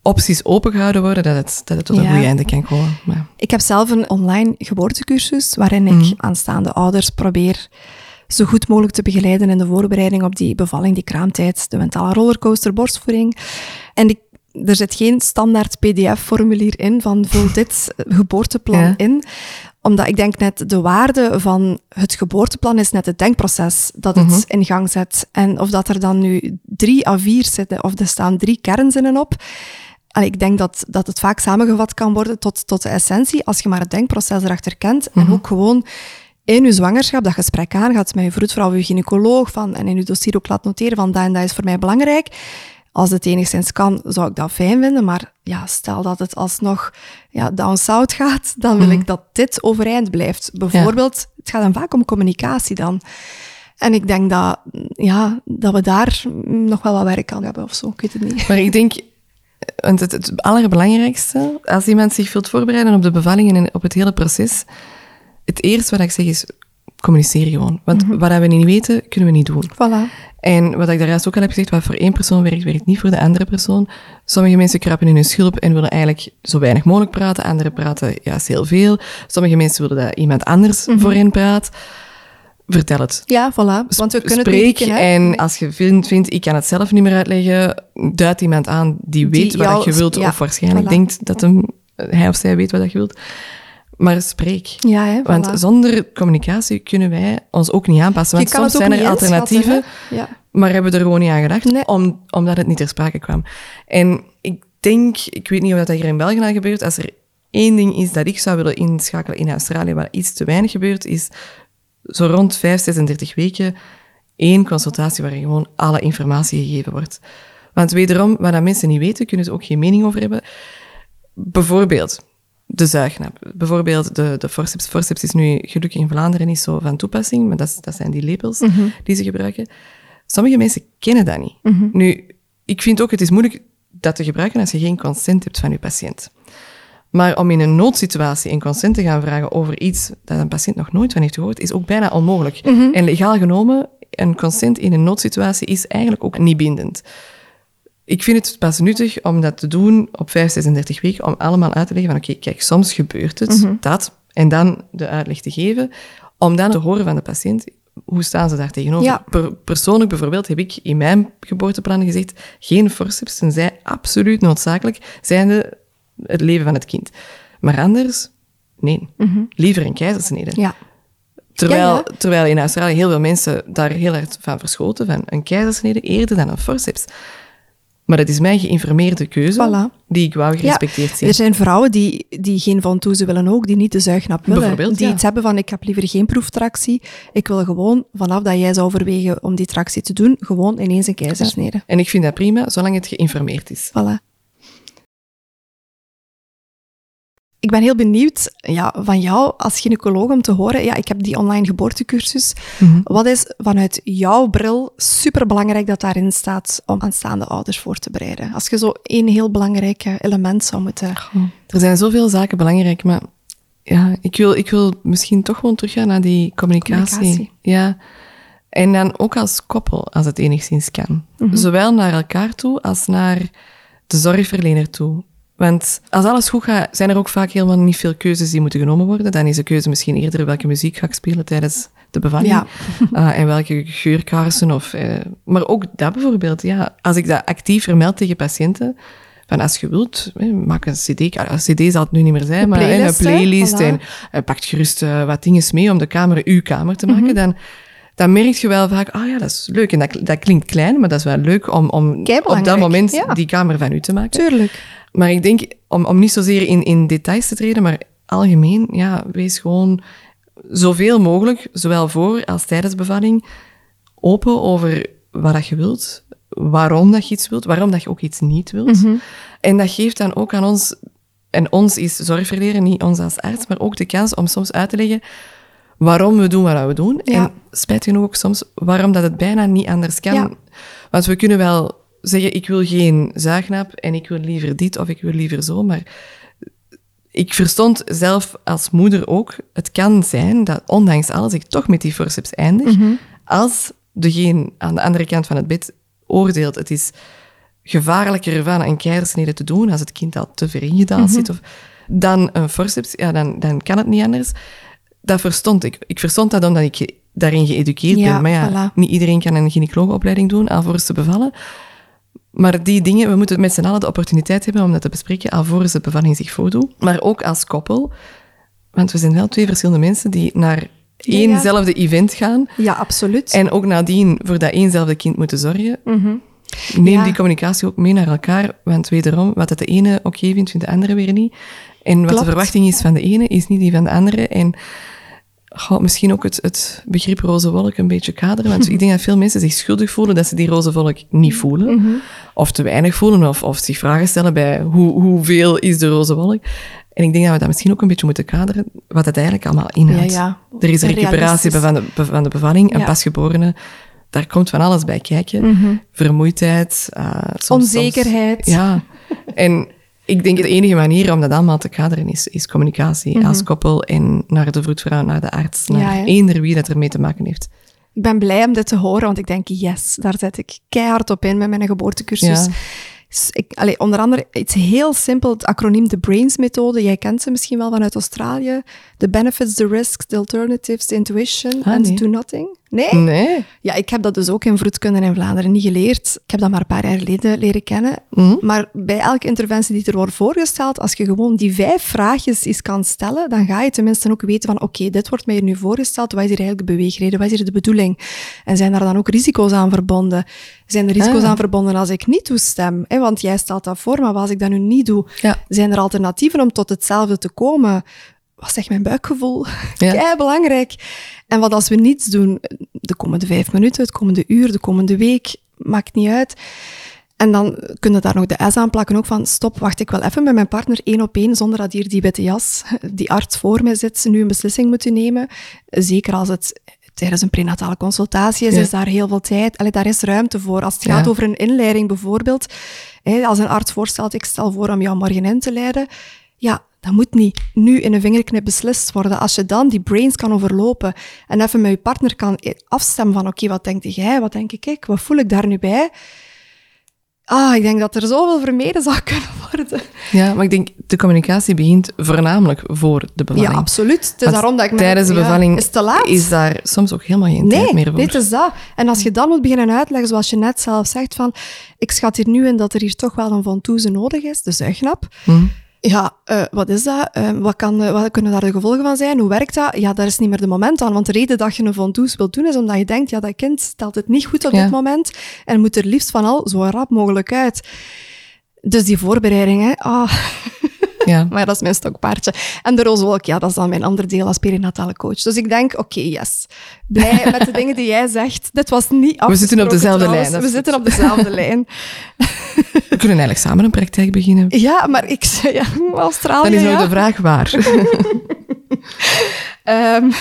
Speaker 1: opties opengehouden worden, dat het, dat het tot een
Speaker 2: Ja.
Speaker 1: goede einde kan komen. Maar...
Speaker 2: Ik heb zelf een online geboortecursus waarin ik
Speaker 1: Mhm.
Speaker 2: aanstaande ouders probeer zo goed mogelijk te begeleiden in de voorbereiding op die bevalling, die kraamtijd, de mentale rollercoaster, borstvoeding. En ik, er zit geen standaard P D F-formulier in van vul dit geboorteplan
Speaker 1: Ja.
Speaker 2: in. Omdat ik denk net de waarde van het geboorteplan is net het denkproces dat het
Speaker 1: Mhm.
Speaker 2: in gang zet. En of dat er dan nu drie A vier zitten of er staan drie kernzinnen op. Allee, ik denk dat, dat het vaak samengevat kan worden tot, tot de essentie als je maar het denkproces erachter kent.
Speaker 1: Mhm.
Speaker 2: En ook gewoon in je zwangerschap dat gesprek aangaat met je vroedvrouw of je gynaecoloog van, en in je dossier ook laat noteren van dat en dat is voor mij belangrijk. Als het enigszins kan, zou ik dat fijn vinden. Maar ja, stel dat het alsnog ja, down south gaat, dan wil
Speaker 1: Mhm.
Speaker 2: ik dat dit overeind blijft. Bijvoorbeeld, het gaat dan vaak om communicatie dan. En ik denk dat, ja, dat we daar nog wel wat werk aan hebben of zo. Ik weet het niet.
Speaker 1: Maar ik denk, want het, het allerbelangrijkste, als iemand zich wilt voorbereiden op de bevalling en op het hele proces, het eerste wat ik zeg is, communiceer gewoon. Want
Speaker 2: Mhm.
Speaker 1: wat we niet weten, kunnen we niet doen.
Speaker 2: Voilà.
Speaker 1: En wat ik daar juist ook al heb gezegd, wat voor één persoon werkt, werkt niet voor de andere persoon. Sommige mensen kruipen in hun schulp en willen eigenlijk zo weinig mogelijk praten. Anderen praten juist heel veel. Sommige mensen willen dat iemand anders
Speaker 2: Mhm.
Speaker 1: voor hen praat. Vertel het.
Speaker 2: Ja, voilà. Want we kunnen het
Speaker 1: Spreek,
Speaker 2: niet, hè.
Speaker 1: en als je vindt, vindt, ik kan het zelf niet meer uitleggen, duid iemand aan die weet
Speaker 2: Die
Speaker 1: wat
Speaker 2: jou-
Speaker 1: je wilt,
Speaker 2: ja,
Speaker 1: of waarschijnlijk
Speaker 2: voilà.
Speaker 1: denkt dat hem, hij of zij weet wat je wilt. Maar spreek.
Speaker 2: Ja, hè,
Speaker 1: Want
Speaker 2: voilà.
Speaker 1: zonder communicatie kunnen wij ons ook niet aanpassen. Want
Speaker 2: Je kan
Speaker 1: soms
Speaker 2: het ook
Speaker 1: zijn er
Speaker 2: niet inschatten,
Speaker 1: alternatieven,
Speaker 2: hè. Ja.
Speaker 1: maar hebben we er gewoon niet aan gedacht,
Speaker 2: Nee.
Speaker 1: om, omdat het niet ter sprake kwam. En ik denk, ik weet niet of dat hier in België al gebeurt, als er één ding is dat ik zou willen inschakelen in Australië, waar iets te weinig gebeurt, is zo rond vijf, zesendertig weken één consultatie waar gewoon alle informatie gegeven wordt. Want wederom, wat dat mensen niet weten, kunnen ze ook geen mening over hebben. Bijvoorbeeld de zuignap. Bijvoorbeeld de, de forceps. Forceps is nu gelukkig in Vlaanderen niet zo van toepassing, maar dat, is- dat zijn die lepels die ze gebruiken. Sommige mensen kennen dat niet. Nu, ik vind ook, het is moeilijk dat te gebruiken als je geen consent hebt van je patiënt. Maar om in een noodsituatie een consent te gaan vragen over iets dat een patiënt nog nooit van heeft gehoord, is ook bijna onmogelijk. En legaal genomen, een consent in een noodsituatie is eigenlijk ook niet bindend. Ik vind het pas nuttig om dat te doen op vijf, zesendertig weken, om allemaal uit te leggen van oké, kijk, soms gebeurt het, dat, en dan de uitleg te geven, om dan te horen van de patiënt, hoe staan ze daar tegenover?
Speaker 2: Ja.
Speaker 1: Per- persoonlijk bijvoorbeeld heb ik in mijn geboorteplan gezegd, geen forceps, tenzij absoluut noodzakelijk, zijnde het leven van het kind. Maar anders, nee. Liever een keizersnede.
Speaker 2: Ja.
Speaker 1: Terwijl,
Speaker 2: Ja, ja.
Speaker 1: terwijl in Australië heel veel mensen daar heel hard van verschoten, van een keizersnede eerder dan een forceps. Maar dat is mijn geïnformeerde keuze,
Speaker 2: Voilà.
Speaker 1: die ik wou gerespecteerd zien.
Speaker 2: Er zijn vrouwen die, die geen ventouse willen ook, die niet de zuignap willen.
Speaker 1: Bijvoorbeeld,
Speaker 2: Die
Speaker 1: ja.
Speaker 2: iets hebben van, ik heb liever geen proeftractie. Ik wil gewoon, vanaf dat jij zou overwegen om die tractie te doen, gewoon ineens een keizersnede.
Speaker 1: En ik vind dat prima, zolang het geïnformeerd is.
Speaker 2: Voilà. Ik ben heel benieuwd ja, van jou als gynaecoloog om te horen. Ja, ik heb die online geboortecursus. Wat is vanuit jouw bril superbelangrijk dat daarin staat om aanstaande ouders voor te bereiden? Als je zo één heel belangrijk eh, element zou moeten...
Speaker 1: Er zijn zoveel zaken belangrijk, maar ja, ik wil, ik wil misschien toch gewoon teruggaan naar die communicatie.
Speaker 2: Communicatie.
Speaker 1: Ja. En dan ook als koppel, als het enigszins kan.
Speaker 2: Mhm.
Speaker 1: Zowel naar elkaar toe als naar de zorgverlener toe. Want als alles goed gaat, zijn er ook vaak helemaal niet veel keuzes die moeten genomen worden. Dan is de keuze misschien eerder welke muziek ga ik spelen tijdens de bevalling.
Speaker 2: Ja.
Speaker 1: Uh, en welke geurkaarsen. Of, uh, maar ook dat bijvoorbeeld. Ja, als ik dat actief vermeld tegen patiënten, van als je wilt, hè, maak een cd. Een cd zal het nu niet meer zijn,
Speaker 2: Een
Speaker 1: maar hè,
Speaker 2: playlist,
Speaker 1: een playlist.
Speaker 2: hè?
Speaker 1: En uh, pakt gerust uh, wat dingen mee om de kamer uw kamer te maken. Mm-hmm. Dan, dan merk je wel vaak, ah oh ja, dat is leuk. En dat, dat klinkt klein, maar dat is wel leuk om, om op dat moment
Speaker 2: ja.
Speaker 1: die kamer van u te maken.
Speaker 2: Tuurlijk.
Speaker 1: Maar ik denk, om, om niet zozeer in, in details te treden, maar algemeen, ja, wees gewoon zoveel mogelijk, zowel voor als tijdens bevalling, open over wat dat je wilt, waarom dat je iets wilt, waarom dat je ook iets niet wilt. Mm-hmm. En dat geeft dan ook aan ons, en ons is zorgverlener, niet ons als arts, maar ook de kans om soms uit te leggen waarom we doen wat we doen.
Speaker 2: Ja.
Speaker 1: En spijt genoeg ook soms waarom dat het bijna niet anders kan.
Speaker 2: Ja.
Speaker 1: Want we kunnen wel zeggen, ik wil geen zuignap en ik wil liever dit of ik wil liever zo, maar ik verstond zelf als moeder ook, het kan zijn dat ondanks alles ik toch met die forceps eindig, mm-hmm. als degene aan de andere kant van het bed oordeelt, het is gevaarlijker van een keizersnede te doen, als het kind al te ver ingedaald mm-hmm. zit, of, dan een forceps, ja, dan, dan kan het niet anders. Dat verstond ik. Ik verstond dat omdat ik daarin geëduceerd
Speaker 2: ja,
Speaker 1: ben. Maar ja, voilà. Niet iedereen kan een gynaecologenopleiding doen, alvorens te bevallen. Maar die dingen, we moeten met z'n allen de opportuniteit hebben om dat te bespreken, alvorens de bevalling zich voordoet. Maar ook als koppel, want we zijn wel twee verschillende mensen die naar éénzelfde ja. event gaan.
Speaker 2: Ja, absoluut.
Speaker 1: En ook nadien voor dat éénzelfde kind moeten zorgen.
Speaker 2: Mm-hmm.
Speaker 1: Neem
Speaker 2: ja.
Speaker 1: die communicatie ook mee naar elkaar, want wederom, wat het de ene oké okay vindt, vindt de andere weer niet. En wat
Speaker 2: Klopt.
Speaker 1: de verwachting is van de ene, is niet die van de andere. En oh, misschien ook het, het begrip roze wolk een beetje kaderen, want ik denk dat veel mensen zich schuldig voelen dat ze die roze wolk niet voelen.
Speaker 2: Mm-hmm.
Speaker 1: Of te weinig voelen, of, of zich vragen stellen bij hoe, hoeveel is de roze wolk. En ik denk dat we dat misschien ook een beetje moeten kaderen, wat het eigenlijk allemaal inhoudt.
Speaker 2: Ja, ja.
Speaker 1: Er is een recuperatie van de, van de bevalling, een ja. pasgeborene. Daar komt van alles bij kijken.
Speaker 2: Mm-hmm.
Speaker 1: Vermoeidheid. Uh, soms,
Speaker 2: Onzekerheid.
Speaker 1: Soms, ja. En ik denk de enige manier om dat allemaal te kaderen is, is communicatie. Mm-hmm. Als koppel en naar de vroedvrouw, naar de arts, naar ja, ja. eender wie dat ermee te maken heeft.
Speaker 2: Ik ben blij om dit te horen, want ik denk, yes, daar zet ik keihard op in met mijn geboortecursus. Ja. Ik, allee, onder andere iets heel simpel, het acroniem de BRAINS-methode. Jij kent ze misschien wel vanuit Australië. The benefits, the risks, the alternatives, the intuition
Speaker 1: ah,
Speaker 2: and
Speaker 1: nee.
Speaker 2: do nothing. Nee?
Speaker 1: Nee.
Speaker 2: Ja, ik heb dat dus ook in vroedkunde in Vlaanderen niet geleerd. Ik heb dat maar een paar jaar geleden leren kennen.
Speaker 1: Mm-hmm.
Speaker 2: Maar bij elke interventie die er wordt voorgesteld, als je gewoon die vijf vraagjes eens kan stellen, dan ga je tenminste ook weten van, oké, okay, dit wordt mij hier nu voorgesteld. Wat is hier eigenlijk de beweegreden? Wat is hier de bedoeling? En zijn daar dan ook risico's aan verbonden? Zijn er risico's ah. aan verbonden als ik niet toestem? Hè? Want jij stelt dat voor, maar als ik dat nu niet doe,
Speaker 1: ja.
Speaker 2: zijn er alternatieven om tot hetzelfde te komen? Wat zegt mijn buikgevoel? Ja. Kei belangrijk. En wat als we niets doen? De komende vijf minuten, het komende uur, de komende week, maakt niet uit. En dan kun je daar nog de S aan plakken ook van, stop, wacht ik wel even met mijn partner één op één, zonder dat hier die witte jas, die arts voor mij zit, nu een beslissing moeten nemen. Zeker als het tijdens een prenatale consultatie is, ja. is daar heel veel tijd. Allee, daar is ruimte voor. Als het gaat ja. over een inleiding bijvoorbeeld, hè, als een arts voorstelt, ik stel voor om jou morgen in te leiden, ja, dat moet niet nu in een vingerknip beslist worden. Als je dan die brains kan overlopen en even met je partner kan afstemmen van, oké, okay, wat denk jij, wat denk ik, wat voel ik daar nu bij? Ah, ik denk dat er zoveel vermeden zou kunnen worden.
Speaker 1: Ja, maar ik denk, de communicatie begint voornamelijk voor de bevalling.
Speaker 2: Ja, absoluut. Het is daarom dat ik
Speaker 1: tijdens de bevalling
Speaker 2: ja, is, te laat.
Speaker 1: is daar soms ook helemaal geen
Speaker 2: nee,
Speaker 1: tijd meer voor.
Speaker 2: Nee, dit is dat. En als je dan moet beginnen uitleggen, zoals je net zelf zegt, van, ik schat hier nu in dat er hier toch wel een ventouse nodig is, de zuignap. Hmm. Ja, uh, wat is dat? Uh, wat, kan, uh, wat kunnen daar de gevolgen van zijn? Hoe werkt dat? Ja, daar is niet meer de moment aan. Want de reden dat je een ventouse wilt doen, is omdat je denkt, ja, dat kind stelt het niet goed op ja. dit moment en moet er liefst van al zo rap mogelijk uit. Dus die voorbereiding, hè. Ah. Ja. Maar dat is mijn stokpaardje. En de roze wolk, ja, dat is dan mijn ander deel als perinatale coach. Dus ik denk, oké, okay, yes. Blij met de dingen die jij zegt. Dit was niet afgesproken.
Speaker 1: We zitten op dezelfde
Speaker 2: trouwens.
Speaker 1: lijn.
Speaker 2: We zitten op dezelfde lijn.
Speaker 1: We kunnen eigenlijk samen een praktijk beginnen.
Speaker 2: Ja, maar ik zei, ja, Australië,
Speaker 1: Dan is nog
Speaker 2: ja.
Speaker 1: de vraag waar.
Speaker 2: um,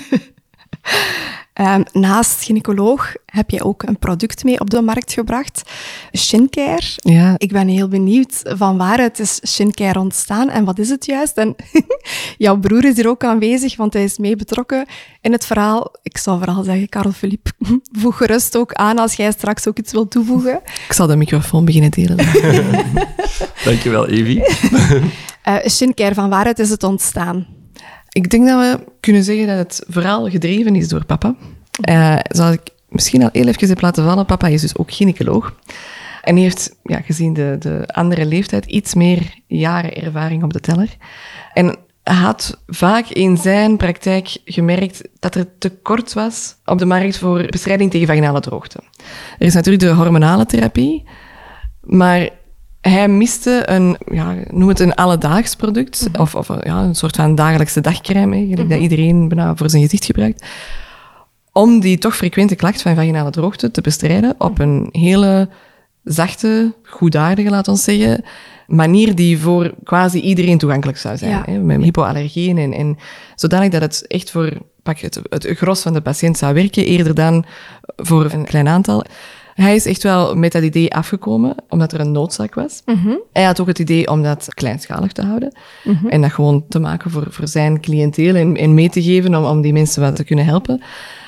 Speaker 2: um, naast gynaecoloog heb je ook een product mee op de markt gebracht. Shincare.
Speaker 1: Ja.
Speaker 2: Ik ben heel benieuwd van waaruit is Shincare ontstaan en wat is het juist? En jouw broer is hier ook aanwezig, want hij is mee betrokken in het verhaal. Ik zou vooral zeggen, Karel Philippe, voeg gerust ook aan als jij straks ook iets wilt toevoegen.
Speaker 1: Ik zal de microfoon beginnen delen.
Speaker 3: Dankjewel, Evie.
Speaker 2: uh, Shincare, van waaruit is het ontstaan?
Speaker 1: Ik denk dat we kunnen zeggen dat het vooral gedreven is door papa. Uh, zoals ik misschien al heel even heb laten vallen, papa is dus ook gynaecoloog. En die heeft, ja, gezien de, de andere leeftijd, iets meer jaren ervaring op de teller. En hij had vaak in zijn praktijk gemerkt dat er tekort was op de markt voor bestrijding tegen vaginale droogte. Er is natuurlijk de hormonale therapie, maar hij miste een, ja, noem het een alledaags product, mm-hmm. of, of ja, een soort van dagelijkse dagcrème, hè, mm-hmm. dat iedereen bijna voor zijn gezicht gebruikt, om die toch frequente klacht van vaginale droogte te bestrijden op een hele zachte, goedaardige, laat ons zeggen, manier die voor quasi iedereen toegankelijk zou zijn. Ja. Hè, met hypoallergeen en, en zodanig dat het echt voor pak het, het gros van de patiënt zou werken, eerder dan voor een klein aantal. Hij is echt wel met dat idee afgekomen, omdat er een noodzaak was. Mm-hmm. Hij had ook het idee om dat kleinschalig te houden. Mm-hmm. En dat gewoon te maken voor, voor zijn cliënteel en, en mee te geven om, om die mensen wat te kunnen helpen.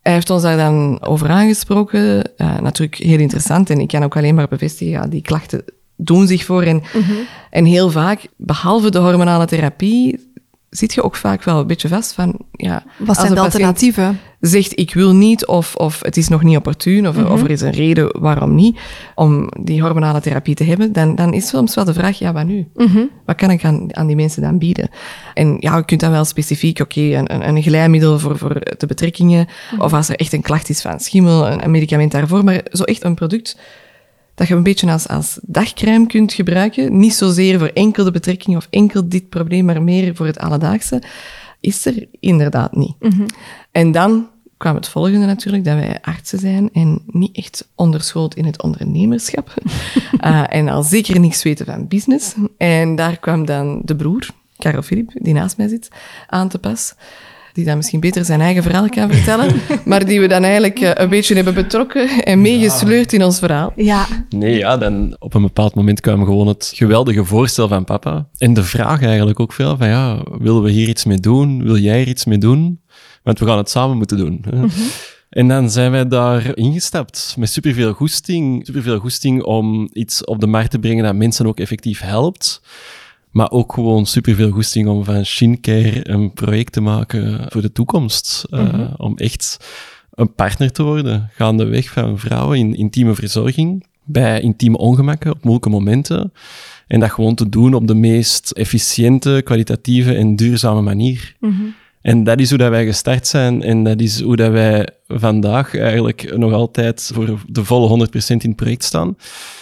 Speaker 1: Hij heeft ons daar dan over aangesproken. Uh, natuurlijk heel interessant. En ik kan ook alleen maar bevestigen, ja, die klachten doen zich voor. En, mm-hmm. en heel vaak, behalve de hormonale therapie, zit je ook vaak wel een beetje vast van... Ja,
Speaker 2: wat zijn de alternatieven?
Speaker 1: Zegt, ik wil niet, of, of het is nog niet opportun, of, mm-hmm. of er is een reden waarom niet, om die hormonale therapie te hebben, dan, dan is soms wel de vraag, ja, wat nu? Mm-hmm. Wat kan ik aan, aan die mensen dan bieden? En ja, je kunt dan wel specifiek, oké, okay, een, een glijmiddel voor, voor de betrekkingen, mm-hmm. of als er echt een klacht is van schimmel, een, een medicament daarvoor, maar zo echt een product dat je een beetje als, als dagcrème kunt gebruiken, niet zozeer voor enkel de betrekking of enkel dit probleem, maar meer voor het alledaagse, is er inderdaad niet. Mm-hmm. En dan kwam het volgende natuurlijk, dat wij artsen zijn en niet echt onderschoold in het ondernemerschap. uh, en al zeker niks weten van business. En daar kwam dan de broer, Karel Philip, die naast mij zit, aan te pas. Die dan misschien beter zijn eigen verhaal kan vertellen, maar die we dan eigenlijk uh, een beetje hebben betrokken en meegesleurd in ons verhaal.
Speaker 2: Ja.
Speaker 3: Nee, ja, dan op een bepaald moment kwam gewoon het geweldige voorstel van papa. En de vraag eigenlijk ook veel van, ja, willen we hier iets mee doen? Wil jij er iets mee doen? Want we gaan het samen moeten doen. Hè? Mm-hmm. En dan zijn wij daar ingestapt met superveel goesting. Superveel goesting om iets op de markt te brengen dat mensen ook effectief helpt. Maar ook gewoon superveel goesting om van Shincare een project te maken voor de toekomst. Mm-hmm. Uh, om echt een partner te worden, gaandeweg van vrouwen in intieme verzorging, bij intieme ongemakken, op moeilijke momenten. En dat gewoon te doen op de meest efficiënte, kwalitatieve en duurzame manier. Mm-hmm. En dat is hoe dat wij gestart zijn en dat is hoe dat wij vandaag eigenlijk nog altijd voor de volle honderd procent in het project staan.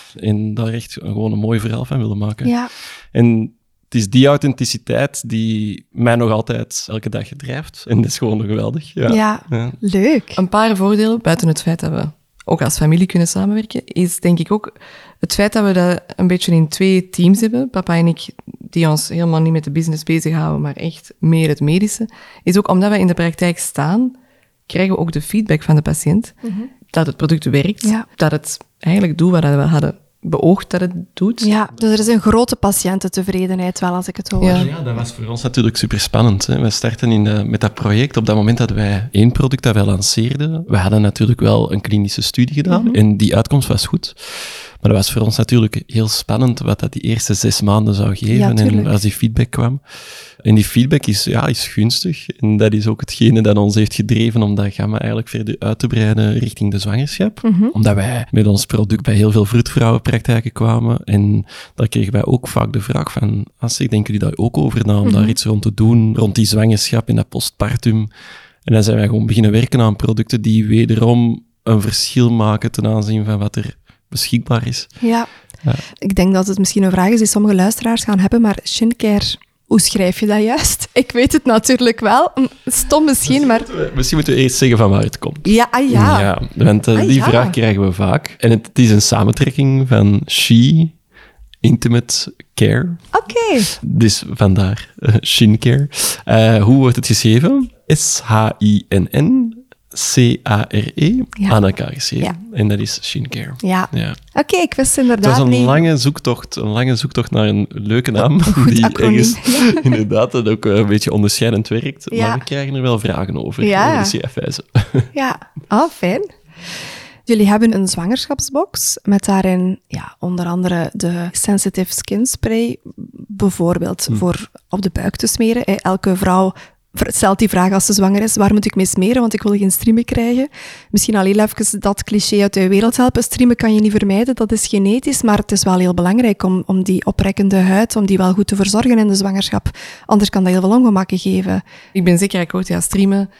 Speaker 3: En daar echt gewoon een mooi verhaal van willen maken.
Speaker 2: Ja.
Speaker 3: En het is die authenticiteit die mij nog altijd elke dag drijft. En dat is gewoon geweldig. Ja.
Speaker 2: Ja, ja, leuk.
Speaker 1: Een paar voordelen, buiten het feit dat we ook als familie kunnen samenwerken, is denk ik ook het feit dat we dat een beetje in twee teams hebben. Papa en ik, die ons helemaal niet met de business bezighouden, maar echt meer het medische. Is ook omdat we in de praktijk staan, krijgen we ook de feedback van de patiënt. Mm-hmm. Dat het product werkt, ja. Dat het eigenlijk doet wat we hadden beoogd dat het doet.
Speaker 2: Ja, dus er is een grote patiëntentevredenheid wel, als ik het hoor.
Speaker 3: Ja, ja, dat was voor ons natuurlijk super spannend. Hè. We starten in de, met dat project op dat moment dat wij één product dat wij lanceerden. We hadden natuurlijk wel een klinische studie gedaan mm-hmm. en die uitkomst was goed. Maar dat was voor ons natuurlijk heel spannend wat dat die eerste zes maanden zou geven ja, en als die feedback kwam. En die feedback is, ja, is gunstig. En dat is ook hetgene dat ons heeft gedreven om dat gamma eigenlijk verder uit te breiden richting de zwangerschap. Mm-hmm. Omdat wij met ons product bij heel veel vroedvrouwenpraktijken kwamen. En daar kregen wij ook vaak de vraag van, als ik denken jullie daar ook over na om mm-hmm. daar iets rond te doen, rond die zwangerschap en dat postpartum. En dan zijn wij gewoon beginnen werken aan producten die wederom een verschil maken ten aanzien van wat er beschikbaar is.
Speaker 2: Ja. ja, ik denk dat het misschien een vraag is die sommige luisteraars gaan hebben, maar Shincare, hoe schrijf je dat juist? Ik weet het natuurlijk wel. Stom misschien, maar...
Speaker 3: Misschien moeten we, misschien moeten we eerst zeggen van waar het komt.
Speaker 2: Ja, ah ja.
Speaker 3: ja want uh,
Speaker 2: ah,
Speaker 3: die
Speaker 2: ja.
Speaker 3: vraag krijgen we vaak. En het, het is een samentrekking van She, Intimate Care.
Speaker 2: Oké. Okay.
Speaker 3: Dus vandaar uh, Shincare. Uh, hoe wordt het geschreven? S H I N N C A R E ja. aan elkaar geschreven. Ja. En dat is Shincare.
Speaker 2: Ja.
Speaker 3: ja.
Speaker 2: Oké, okay, ik wist inderdaad
Speaker 3: niet... Het was een
Speaker 2: niet...
Speaker 3: lange zoektocht, een lange zoektocht naar een leuke naam,
Speaker 2: Goed
Speaker 3: die
Speaker 2: acroniem.
Speaker 3: ergens inderdaad dat ook een beetje onderscheidend werkt.
Speaker 2: Ja.
Speaker 3: Maar we krijgen er wel vragen over,
Speaker 2: ja.
Speaker 3: over de C F wijze.
Speaker 2: Ja, oh, fijn. Jullie hebben een zwangerschapsbox met daarin ja, onder andere de Sensitive Skin Spray, bijvoorbeeld hm. voor op de buik te smeren. Elke vrouw stelt die vraag als ze zwanger is, waar moet ik mee smeren, want ik wil geen striemen krijgen. Misschien al heel even dat cliché uit de wereld helpen. Striemen kan je niet vermijden, dat is genetisch, maar het is wel heel belangrijk om, om die oprekkende huid, om die wel goed te verzorgen in de zwangerschap. Anders kan dat heel veel ongemakken geven.
Speaker 1: Ik ben zeker akkoord, ja, striemen.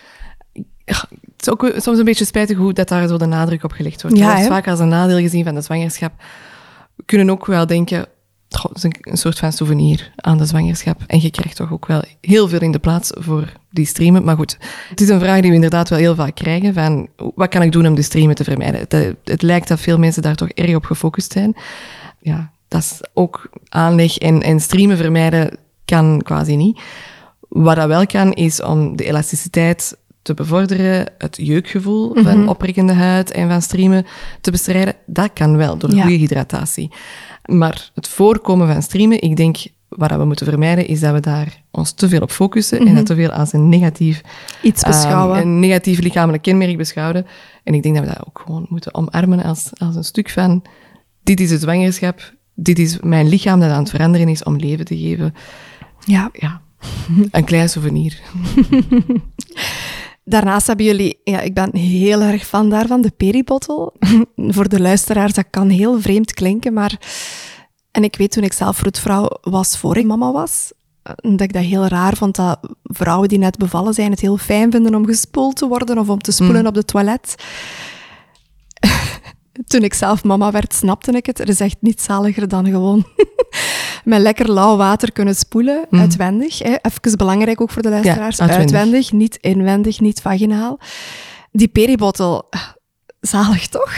Speaker 1: Het is ook soms een beetje spijtig hoe dat daar zo de nadruk op gelegd wordt.
Speaker 2: Ja,
Speaker 1: dat is vaak als een nadeel gezien van de zwangerschap. We kunnen ook wel denken, goh, het is een, een soort van souvenir aan de zwangerschap. En je krijgt toch ook wel heel veel in de plaats voor die streamen. Maar goed, het is een vraag die we inderdaad wel heel vaak krijgen. Van, wat kan ik doen om de streamen te vermijden? Het, het lijkt dat veel mensen daar toch erg op gefocust zijn. Ja, dat is ook aanleg. En, en streamen vermijden kan quasi niet. Wat dat wel kan, is om de elasticiteit te bevorderen, het jeukgevoel mm-hmm. van oprekkende huid en van streamen te bestrijden. Dat kan wel, door ja. goede hydratatie. Maar het voorkomen van streamen, ik denk wat we moeten vermijden, is dat we daar ons te veel op focussen
Speaker 2: Mm-hmm.
Speaker 1: en dat te veel als een negatief,
Speaker 2: Iets beschouwen.
Speaker 1: um, een negatief lichamelijk kenmerk beschouwen. En ik denk dat we dat ook gewoon moeten omarmen als, als een stuk van, dit is het zwangerschap, dit is mijn lichaam dat aan het veranderen is om leven te geven.
Speaker 2: Ja.
Speaker 1: Ja, een klein souvenir.
Speaker 2: Daarnaast hebben jullie, ja, ik ben heel erg fan daarvan, de peribottel. Voor de luisteraars, dat kan heel vreemd klinken, maar... En ik weet toen ik zelf vroedvrouw was, voor ik mama was, dat ik dat heel raar vond, dat vrouwen die net bevallen zijn het heel fijn vinden om gespoeld te worden of om te spoelen mm. op de toilet. Toen ik zelf mama werd, snapte ik het. Er is echt niets zaliger dan gewoon met lekker lauw water kunnen spoelen, mm. uitwendig. Hè. Even belangrijk ook voor de luisteraars.
Speaker 1: Ja, uitwendig.
Speaker 2: uitwendig, niet inwendig, niet vaginaal. Die peribottel, zalig toch?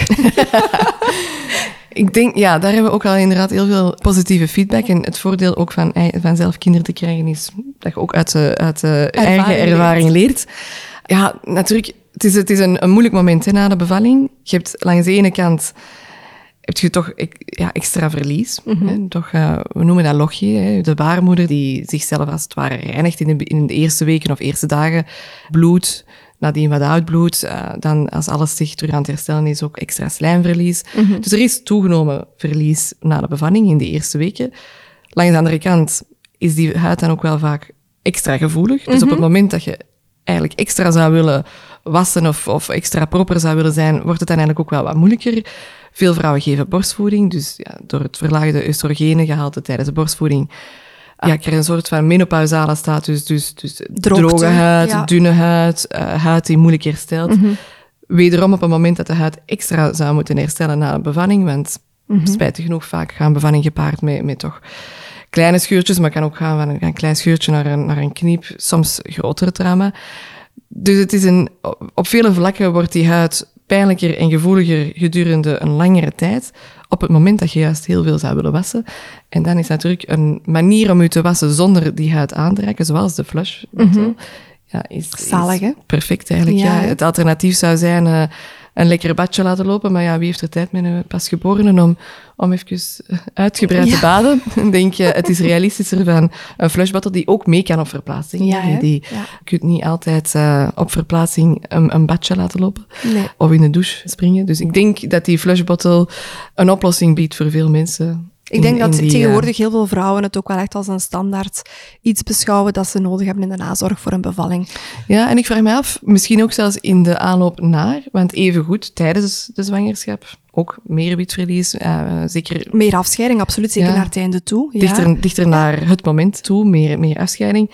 Speaker 1: Ik denk, ja, daar hebben we ook al inderdaad heel veel positieve feedback. En het voordeel ook van, van zelf kinderen te krijgen is dat je ook uit de, uit de
Speaker 2: ervaring
Speaker 1: eigen ervaring leert.
Speaker 2: leert.
Speaker 1: Ja, natuurlijk, het is, het is een, een moeilijk moment hè, na de bevalling. Je hebt langs de ene kant heb je toch ja, extra verlies. Mm-hmm. Hè, toch, uh, we noemen dat logje, hè, de baarmoeder die zichzelf als het ware reinigt in de, in de eerste weken of eerste dagen. Bloed, nadien wat oudbloed. Uh, dan als alles zich terug aan het herstellen is, ook extra slijmverlies. Mm-hmm. Dus er is toegenomen verlies na de bevalling in de eerste weken. Langs de andere kant is die huid dan ook wel vaak extra gevoelig. Mm-hmm. Dus op het moment dat je eigenlijk extra zou willen wassen of, of extra proper zou willen zijn, wordt het dan eigenlijk ook wel wat moeilijker. Veel vrouwen geven borstvoeding, dus ja, door het verlaagde oestrogeengehalte tijdens de borstvoeding ja, krijg je een soort van menopausale status, dus, dus
Speaker 2: Droogte,
Speaker 1: droge huid,
Speaker 2: ja.
Speaker 1: dunne huid, uh, huid die moeilijk herstelt.
Speaker 2: Mm-hmm.
Speaker 1: Wederom op het moment dat de huid extra zou moeten herstellen na een bevalling, want mm-hmm. spijtig genoeg vaak gaan bevalling gepaard met, met toch kleine scheurtjes, maar kan ook gaan van een, een klein scheurtje naar een, naar een kniep, soms grotere trauma. Dus het is een, op vele vlakken wordt die huid pijnlijker en gevoeliger gedurende een langere tijd, op het moment dat je juist heel veel zou willen wassen. En dan is natuurlijk een manier om je te wassen zonder die huid aan te raken, zoals de flush bottle, mm-hmm. ja, is,
Speaker 2: Zalig, hè?
Speaker 1: Is perfect eigenlijk. Ja. Ja. Het alternatief zou zijn uh, een lekker badje laten lopen, maar ja, wie heeft er tijd met een pasgeborene om, om even uitgebreid ja. te baden? Dan denk je, het is realistischer van een flushbottle die ook mee kan op verplaatsing.
Speaker 2: Ja,
Speaker 1: die,
Speaker 2: ja.
Speaker 1: Je kunt niet altijd uh, op verplaatsing een, een badje laten lopen
Speaker 2: nee.
Speaker 1: of in de douche springen. Dus ik denk dat die flushbottle een oplossing biedt voor veel mensen.
Speaker 2: Ik denk
Speaker 1: in,
Speaker 2: dat
Speaker 1: in die,
Speaker 2: tegenwoordig heel veel vrouwen het ook wel echt als een standaard iets beschouwen dat ze nodig hebben in de nazorg voor een bevalling.
Speaker 1: Ja, en ik vraag me af, misschien ook zelfs in de aanloop naar, want evengoed tijdens de zwangerschap, ook meer witverlies, uh, zeker...
Speaker 2: Meer afscheiding, absoluut, zeker
Speaker 1: ja,
Speaker 2: naar het einde toe. Ja.
Speaker 1: Dichter, dichter naar het moment toe, meer, meer afscheiding.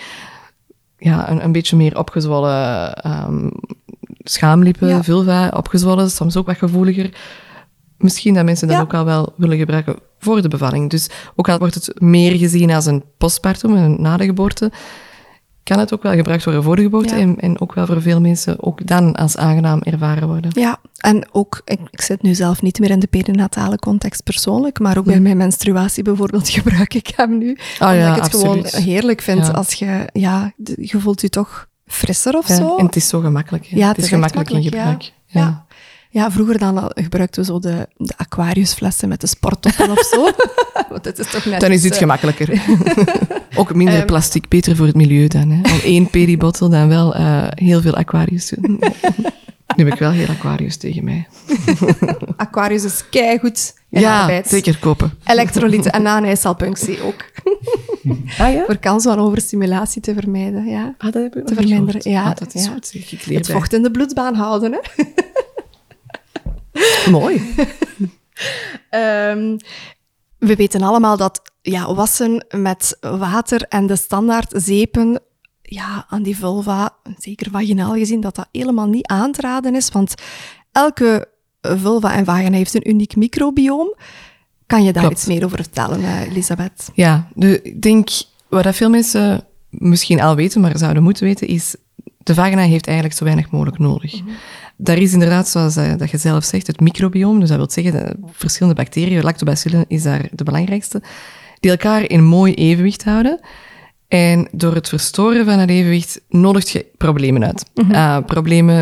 Speaker 1: Ja, een, een beetje meer opgezwollen um, schaamlippen, ja. vulva, opgezwollen, soms ook wat gevoeliger. Misschien dat mensen dat ja. ook al wel willen gebruiken voor de bevalling. Dus ook al wordt het meer gezien als een postpartum, een na de geboorte, kan het ook wel gebruikt worden voor de geboorte ja. en, en ook wel voor veel mensen ook dan als aangenaam ervaren worden.
Speaker 2: Ja, en ook, ik, ik zit nu zelf niet meer in de perinatale context persoonlijk, maar ook bij mijn menstruatie bijvoorbeeld gebruik ik hem nu.
Speaker 1: Oh,
Speaker 2: omdat
Speaker 1: ja,
Speaker 2: ik het
Speaker 1: absoluut.
Speaker 2: gewoon heerlijk vind
Speaker 1: ja.
Speaker 2: als je, ja, je voelt je toch frisser of
Speaker 1: ja,
Speaker 2: zo.
Speaker 1: En het is zo gemakkelijk. Hè?
Speaker 2: Ja,
Speaker 1: het, het is gemakkelijk in gebruik.
Speaker 2: Ja.
Speaker 1: Ja.
Speaker 2: Ja. Ja, vroeger dan gebruikten we zo de, de Aquariusflessen met de sporttoppen of zo. Want het is toch net
Speaker 1: dan is dit
Speaker 2: uh...
Speaker 1: gemakkelijker. Ook minder um, plastic, beter voor het milieu dan. Hè? Al één peribottel dan wel uh, heel veel Aquarius. Nu heb ik wel heel Aquarius tegen mij.
Speaker 2: Aquarius is keigoed in
Speaker 1: ja,
Speaker 2: arbeid.
Speaker 1: zeker kopen.
Speaker 2: Elektrolyten en aanijsalpunctie ook.
Speaker 1: Ah, ja?
Speaker 2: Voor kans van overstimulatie te vermijden. Ja.
Speaker 1: Ah, dat heb ik
Speaker 2: te verminderen. Ja,
Speaker 1: ah, dat is
Speaker 2: ja.
Speaker 1: goed. Ik leer
Speaker 2: het
Speaker 1: bij.
Speaker 2: vocht in de bloedbaan houden, hè.
Speaker 1: Mooi.
Speaker 2: um, we weten allemaal dat ja, wassen met water en de standaard zeepen ja, aan die vulva, zeker vaginaal gezien, dat dat helemaal niet aan te raden is. Want elke vulva en vagina heeft een uniek microbioom. Kan je daar
Speaker 1: Klopt.
Speaker 2: iets meer over vertellen, uh, Elisabeth?
Speaker 1: Ja, de, ik denk wat dat veel mensen misschien al weten, maar zouden moeten weten, is de vagina heeft eigenlijk zo weinig mogelijk nodig. Mm-hmm. Daar is inderdaad, zoals uh, dat je zelf zegt, het microbioom. Dus dat wil zeggen, dat verschillende bacteriën, lactobacillen is daar de belangrijkste, die elkaar in mooi evenwicht houden. En door het verstoren van het evenwicht nodigt je problemen uit. Mm-hmm. Uh, problemen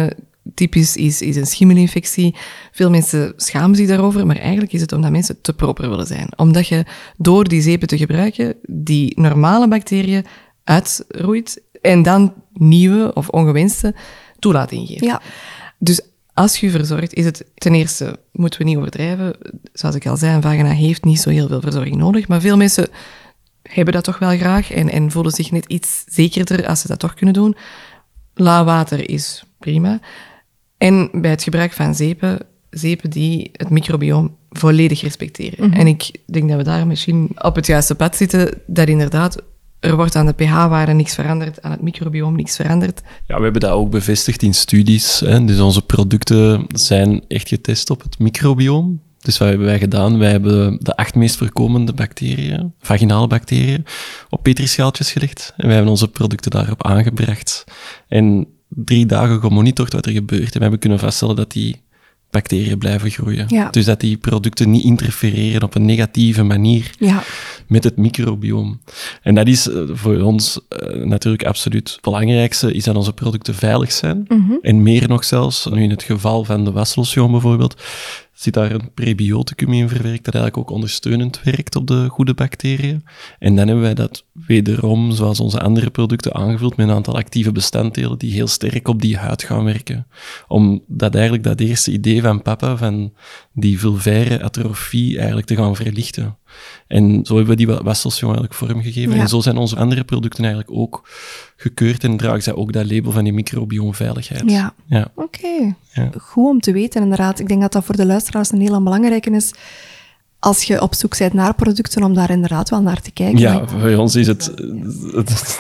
Speaker 1: typisch is, is een schimmelinfectie. Veel mensen schamen zich daarover, maar eigenlijk is het omdat mensen te proper willen zijn. Omdat je door die zeepen te gebruiken, die normale bacteriën uitroeit en dan nieuwe of ongewenste toelaat ingeven.
Speaker 2: Ja.
Speaker 1: Dus als je verzorgt, is het ten eerste, moeten we niet overdrijven, zoals ik al zei, een vagina heeft niet zo heel veel verzorging nodig, maar veel mensen hebben dat toch wel graag en, en voelen zich net iets zekerder als ze dat toch kunnen doen. Lauw water is prima. En bij het gebruik van zeepen, zeepen die het microbioom volledig respecteren. Mm-hmm. En ik denk dat we daar misschien op het juiste pad zitten, dat inderdaad, er wordt aan de pH-waarde niks veranderd, aan het microbioom niks veranderd.
Speaker 3: Ja, we hebben dat ook bevestigd in studies. Hè. Dus onze producten zijn echt getest op het microbioom. Dus wat hebben wij gedaan? Wij hebben de acht meest voorkomende bacteriën, vaginale bacteriën, op petrischaaltjes gelegd. En wij hebben onze producten daarop aangebracht. En drie dagen gemonitord wat er gebeurt. En we hebben kunnen vaststellen dat die bacteriën blijven groeien. Ja. Dus dat die producten niet interfereren op een negatieve manier ja. met het microbioom. En dat is voor ons uh, natuurlijk absoluut het belangrijkste, is dat onze producten veilig zijn. Mm-hmm. En meer nog zelfs, nu in het geval van de waslotion bijvoorbeeld, zit daar een prebioticum in verwerkt dat eigenlijk ook ondersteunend werkt op de goede bacteriën. En dan hebben wij dat wederom, zoals onze andere producten, aangevuld met een aantal actieve bestanddelen die heel sterk op die huid gaan werken. Omdat eigenlijk dat eerste idee van papa, van die vulvaire atrofie, eigenlijk te gaan verlichten. En zo hebben we die waslotion eigenlijk vormgegeven. Ja. En zo zijn onze andere producten eigenlijk ook gekeurd en dragen zij ook dat label van die microbioomveiligheid.
Speaker 2: Ja, ja. Oké. Okay. Ja. Goed om te weten, inderdaad. Ik denk dat dat voor de luisteraars een heel belangrijke is. Als je op zoek bent naar producten, om daar inderdaad wel naar te kijken.
Speaker 3: Ja, voor ons is het... het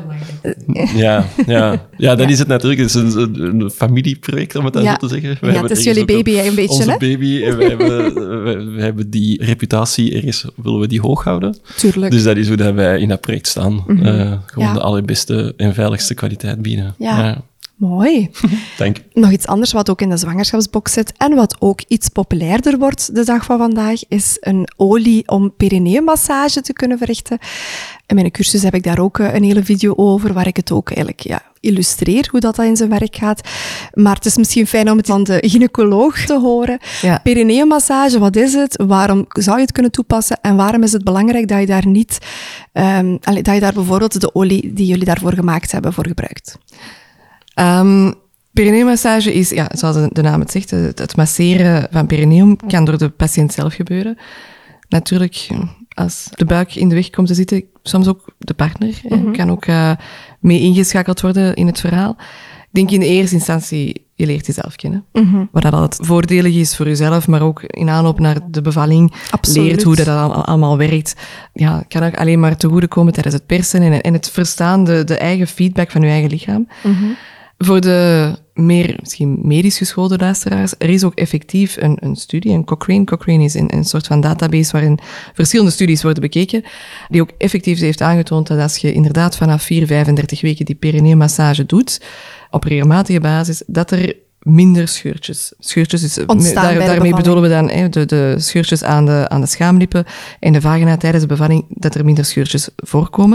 Speaker 3: ja, ja. ja, dan is het natuurlijk het is een, een familieproject, om het dan ja. zo te zeggen. Wij
Speaker 2: ja, het is jullie baby een, een beetje,
Speaker 3: onze
Speaker 2: hè?
Speaker 3: Onze baby, en wij hebben, wij, wij hebben die reputatie ergens, willen we die hoog houden.
Speaker 2: Tuurlijk.
Speaker 3: Dus dat is hoe dat wij in dat project staan. Mm-hmm. Uh, gewoon ja. de allerbeste en veiligste kwaliteit bieden.
Speaker 2: Ja. ja. Mooi.
Speaker 3: Dank je.
Speaker 2: Nog iets anders wat ook in de zwangerschapsbox zit en wat ook iets populairder wordt de dag van vandaag, is een olie om perineummassage te kunnen verrichten. In mijn cursus heb ik daar ook een hele video over, waar ik het ook eigenlijk ja, illustreer, hoe dat, dat in zijn werk gaat. Maar het is misschien fijn om het van de gynaecoloog te horen. Ja. Perineummassage, wat is het? Waarom zou je het kunnen toepassen? En waarom is het belangrijk dat je daar niet, um, dat je daar bijvoorbeeld de olie die jullie daarvoor gemaakt hebben, voor gebruikt?
Speaker 1: Um, perineummassage is, ja, zoals de naam het zegt, het, het masseren van perineum kan door de patiënt zelf gebeuren. Natuurlijk, als de buik in de weg komt te zitten, soms ook de partner. Mm-hmm. Kan ook uh, mee ingeschakeld worden in het verhaal. Ik denk in de eerste instantie, je leert jezelf kennen. Mm-hmm. Wat dat altijd voordelig is voor jezelf, maar ook in aanloop naar de bevalling. Absoluut. Leert hoe dat allemaal werkt. Ja, kan ook alleen maar te goede komen tijdens het persen en, en het verstaan, de, de eigen feedback van je eigen lichaam. Mm-hmm. Voor de meer misschien medisch geschoolde luisteraars, er is ook effectief een, een studie, een Cochrane. Cochrane is een, een soort van database waarin verschillende studies worden bekeken, die ook effectief heeft aangetoond dat als je inderdaad vanaf vier, vijfendertig weken die perineummassage doet, op regelmatige basis, dat er minder scheurtjes, scheurtjes is, daar, daarmee bedoelen we dan hè, de, de scheurtjes aan de, aan de schaamlippen en de vagina tijdens de bevalling, dat er minder scheurtjes voorkomen.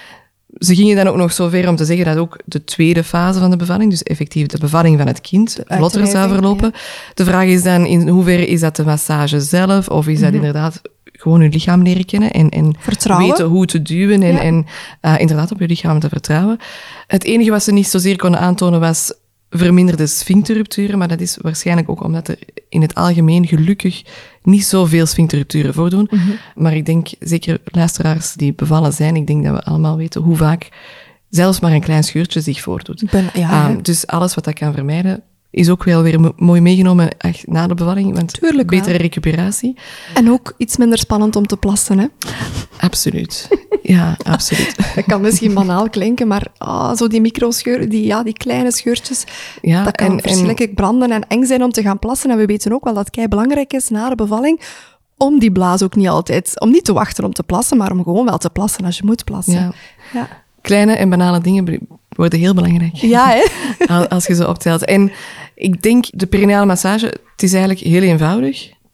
Speaker 1: Ze gingen dan ook nog zover om te zeggen dat ook de tweede fase van de bevalling, dus effectief de bevalling van het kind, vlotter zou verlopen. Ja. De vraag is dan, in hoeverre is dat de massage zelf, of is dat mm-hmm. inderdaad gewoon je lichaam leren kennen en, en weten hoe te duwen en, ja. en uh, inderdaad op je lichaam te vertrouwen. Het enige wat ze niet zozeer konden aantonen was verminderde sphincterrupturen, maar dat is waarschijnlijk ook omdat er in het algemeen gelukkig niet zoveel sphincterrupturen voordoen. Mm-hmm. Maar ik denk, zeker luisteraars die bevallen zijn, ik denk dat we allemaal weten hoe vaak zelfs maar een klein scheurtje zich voordoet. Ben, ja, um, dus alles wat dat kan vermijden, is ook wel weer mo- mooi meegenomen echt na de bevalling, want Tuurlijk betere wel. recuperatie.
Speaker 2: En ook iets minder spannend om te plassen, hè?
Speaker 1: Absoluut. Ja, absoluut.
Speaker 2: Dat kan misschien banaal klinken, maar oh, zo die microscheur, die, ja, die kleine scheurtjes, ja, dat kan en, verschrikkelijk en... branden en eng zijn om te gaan plassen. En we weten ook wel dat het kei belangrijk is na de bevalling om die blaas ook niet altijd, om niet te wachten om te plassen, maar om gewoon wel te plassen als je moet plassen. Ja.
Speaker 1: Ja. Kleine en banale dingen worden heel belangrijk.
Speaker 2: Ja, hè?
Speaker 1: Als je ze optelt. En ik denk, de perineale massage, het is eigenlijk heel eenvoudig. Het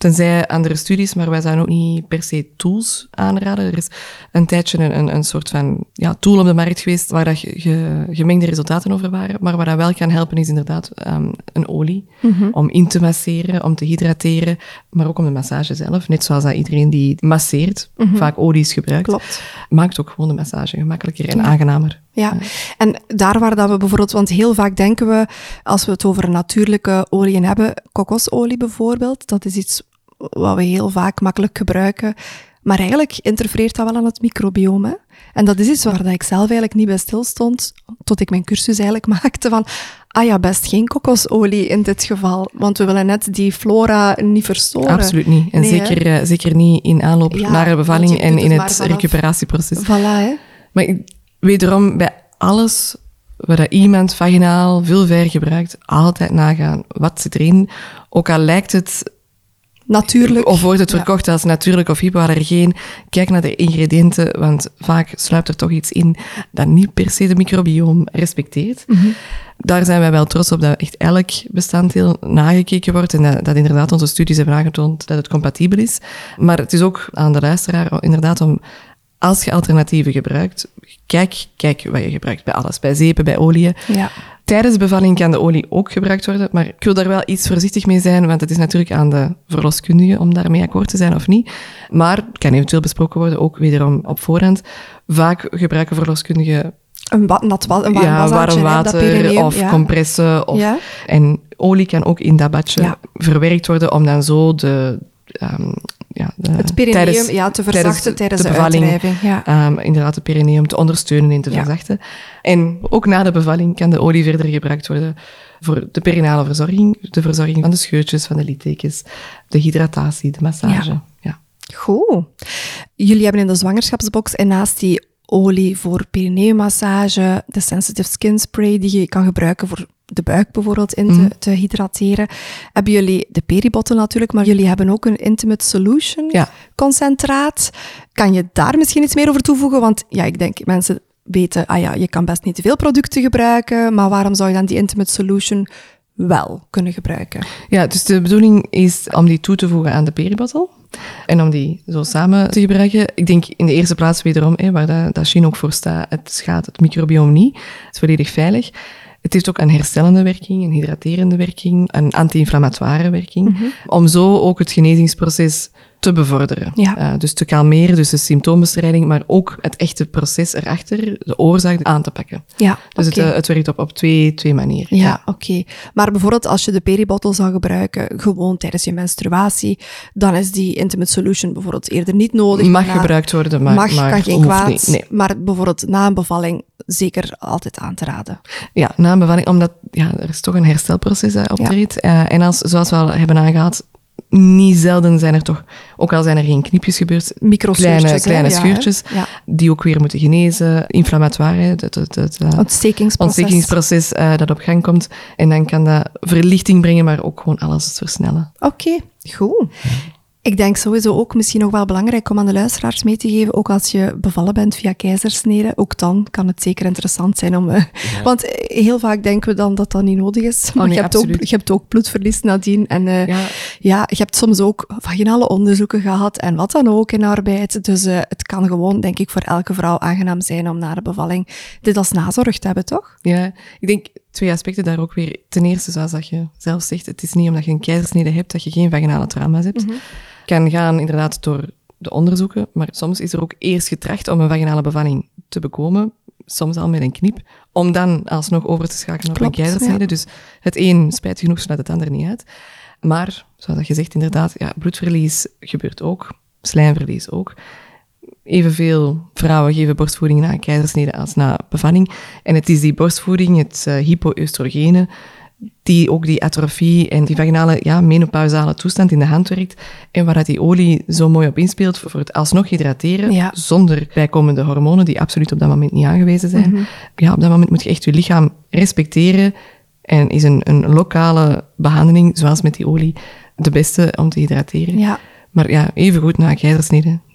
Speaker 1: Tenzij andere studies, maar wij zouden ook niet per se tools aanraden. Er is een tijdje een, een, een soort van ja, tool op de markt geweest waar dat ge, ge, gemengde resultaten over waren. Maar wat dat wel kan helpen is inderdaad um, een olie. Mm-hmm. Om in te masseren, om te hydrateren, maar ook om de massage zelf. Net zoals dat iedereen die masseert, mm-hmm. vaak olies gebruikt.
Speaker 2: Klopt.
Speaker 1: Maakt ook gewoon de massage gemakkelijker en ja. aangenamer.
Speaker 2: Ja, en daar waar dat we bijvoorbeeld, want heel vaak denken we, als we het over natuurlijke oliën hebben, kokosolie bijvoorbeeld, dat is iets wat we heel vaak makkelijk gebruiken, maar eigenlijk interfereert dat wel aan het microbioom, hè? En dat is iets waar dat ik zelf eigenlijk niet bij stilstond, tot ik mijn cursus eigenlijk maakte van, ah ja, best geen kokosolie in dit geval, want we willen net die flora niet verstoren.
Speaker 1: Absoluut niet. En nee, zeker, uh, zeker niet in aanloop
Speaker 2: ja,
Speaker 1: naar de bevalling en in het
Speaker 2: vanaf...
Speaker 1: recuperatieproces.
Speaker 2: Voilà, hè.
Speaker 1: Maar wederom, bij alles waar dat iemand vaginaal vulvair gebruikt, altijd nagaan. Wat zit erin? Ook al lijkt het...
Speaker 2: Natuurlijk.
Speaker 1: Of wordt het verkocht ja. als natuurlijk of hypoallergeen. Kijk naar de ingrediënten, want vaak sluipt er toch iets in dat niet per se de microbioom respecteert. Mm-hmm. Daar zijn wij wel trots op dat echt elk bestanddeel nagekeken wordt en dat, dat inderdaad onze studies hebben aangetoond dat het compatibel is. Maar het is ook aan de luisteraar inderdaad om, als je alternatieven gebruikt, kijk, kijk wat je gebruikt bij alles. Bij zeepen, bij oliën. Ja. Tijdens de bevalling kan de olie ook gebruikt worden, maar ik wil daar wel iets voorzichtig mee zijn, want het is natuurlijk aan de verloskundige om daarmee akkoord te zijn of niet. Maar het kan eventueel besproken worden, ook wederom op voorhand. Vaak gebruiken verloskundigen
Speaker 2: een, ba- nat wa- een warm,
Speaker 1: ja, warm water
Speaker 2: perineum,
Speaker 1: of
Speaker 2: ja.
Speaker 1: compressen. Of,
Speaker 2: ja.
Speaker 1: En olie kan ook in dat badje
Speaker 2: ja.
Speaker 1: verwerkt worden om dan zo de... Um, ja, de,
Speaker 2: het perineum tijdens, ja, te verzachten tijdens, tijdens de, de bevalling. Uitdrijving. Ja.
Speaker 1: Um, inderdaad, het perineum te ondersteunen en te ja. verzachten. En ook na de bevalling kan de olie verder gebruikt worden voor de perinale verzorging, de verzorging van de scheurtjes, van de littekens, de hydratatie, de massage. Ja. Ja.
Speaker 2: Goed. Jullie hebben in de zwangerschapsbox en naast die olie voor perineummassage, de sensitive skin spray die je kan gebruiken voor de buik bijvoorbeeld in te, mm. te hydrateren. Hebben jullie de peribottle natuurlijk, maar jullie hebben ook een Intimate Solution ja. concentraat. Kan je daar misschien iets meer over toevoegen? Want ja, ik denk mensen weten, ah ja, je kan best niet te veel producten gebruiken, maar waarom zou je dan die Intimate Solution wel kunnen gebruiken?
Speaker 1: Ja, dus de bedoeling is om die toe te voegen aan de peribottle en om die zo samen te gebruiken. Ik denk in de eerste plaats wederom, hè, waar dat, dat Shein ook voor staat, het schaadt het microbioom niet. Het is volledig veilig. Het heeft ook een herstellende werking, een hydraterende werking, een anti-inflammatoire werking, mm-hmm. om zo ook het genezingsproces te bevorderen. Ja. Uh, dus te kalmeren, dus de symptoombestrijding, maar ook het echte proces erachter, de oorzaak aan te pakken. Ja, dus okay. het, uh, het werkt op, op twee, twee manieren.
Speaker 2: Ja, ja. oké. Okay. Maar bijvoorbeeld als je de peribottle zou gebruiken, gewoon tijdens je menstruatie, dan is die Intimate Solution bijvoorbeeld eerder niet nodig.
Speaker 1: Mag na, gebruikt worden, maar,
Speaker 2: mag,
Speaker 1: maar
Speaker 2: kan geen kwaad.
Speaker 1: Niet, nee.
Speaker 2: Maar bijvoorbeeld na een bevalling zeker altijd aan te raden.
Speaker 1: Ja, na een bevalling, omdat ja, er is toch een herstelproces dat optreedt. Ja. Uh, en als, zoals we al hebben aangehaald, niet zelden zijn er toch, ook al zijn er geen knipjes gebeurd, kleine, kleine ja, scheurtjes, ja. die ook weer moeten genezen, inflammatoire, het, het, het, het
Speaker 2: ontstekingsproces,
Speaker 1: ontstekingsproces uh, dat op gang komt. En dan kan dat verlichting brengen, maar ook gewoon alles versnellen.
Speaker 2: Oké, okay, goed. Ik denk sowieso ook misschien nog wel belangrijk om aan de luisteraars mee te geven, ook als je bevallen bent via keizersnede, ook dan kan het zeker interessant zijn om... Uh, ja. Want heel vaak denken we dan dat dat niet nodig is. Maar oh, nee, je, hebt ook, je hebt ook bloedverlies nadien. En uh, ja. ja, je hebt soms ook vaginale onderzoeken gehad en wat dan ook in arbeid. Dus uh, het kan gewoon, denk ik, voor elke vrouw aangenaam zijn om na de bevalling dit als nazorg te hebben, toch?
Speaker 1: Ja, ik denk... Twee aspecten daar ook weer. Ten eerste, zoals dat je zelf zegt, het is niet omdat je een keizersnede hebt dat je geen vaginale trauma's hebt. Het mm-hmm. kan gaan inderdaad door de onderzoeken, maar soms is er ook eerst getracht om een vaginale bevalling te bekomen, soms al met een knip, om dan alsnog over te schakelen op Klopt, een keizersnede. Ja. Dus het een, spijtig genoeg, sluit het ander niet uit. Maar, zoals je zegt, inderdaad, ja, bloedverlies gebeurt ook, slijmverlies ook. Evenveel vrouwen geven borstvoeding na keizersnede als na bevalling. En het is die borstvoeding, het uh, hypoœstrogene, die ook die atrofie en die vaginale ja, menopausale toestand in de hand werkt. En waar dat die olie zo mooi op inspeelt voor het alsnog hydrateren, ja. zonder bijkomende hormonen die absoluut op dat moment niet aangewezen zijn. Mm-hmm. Ja, op dat moment moet je echt je lichaam respecteren en is een, een lokale behandeling, zoals met die olie, de beste om te hydrateren. Ja. Maar ja, evengoed na keizersnede.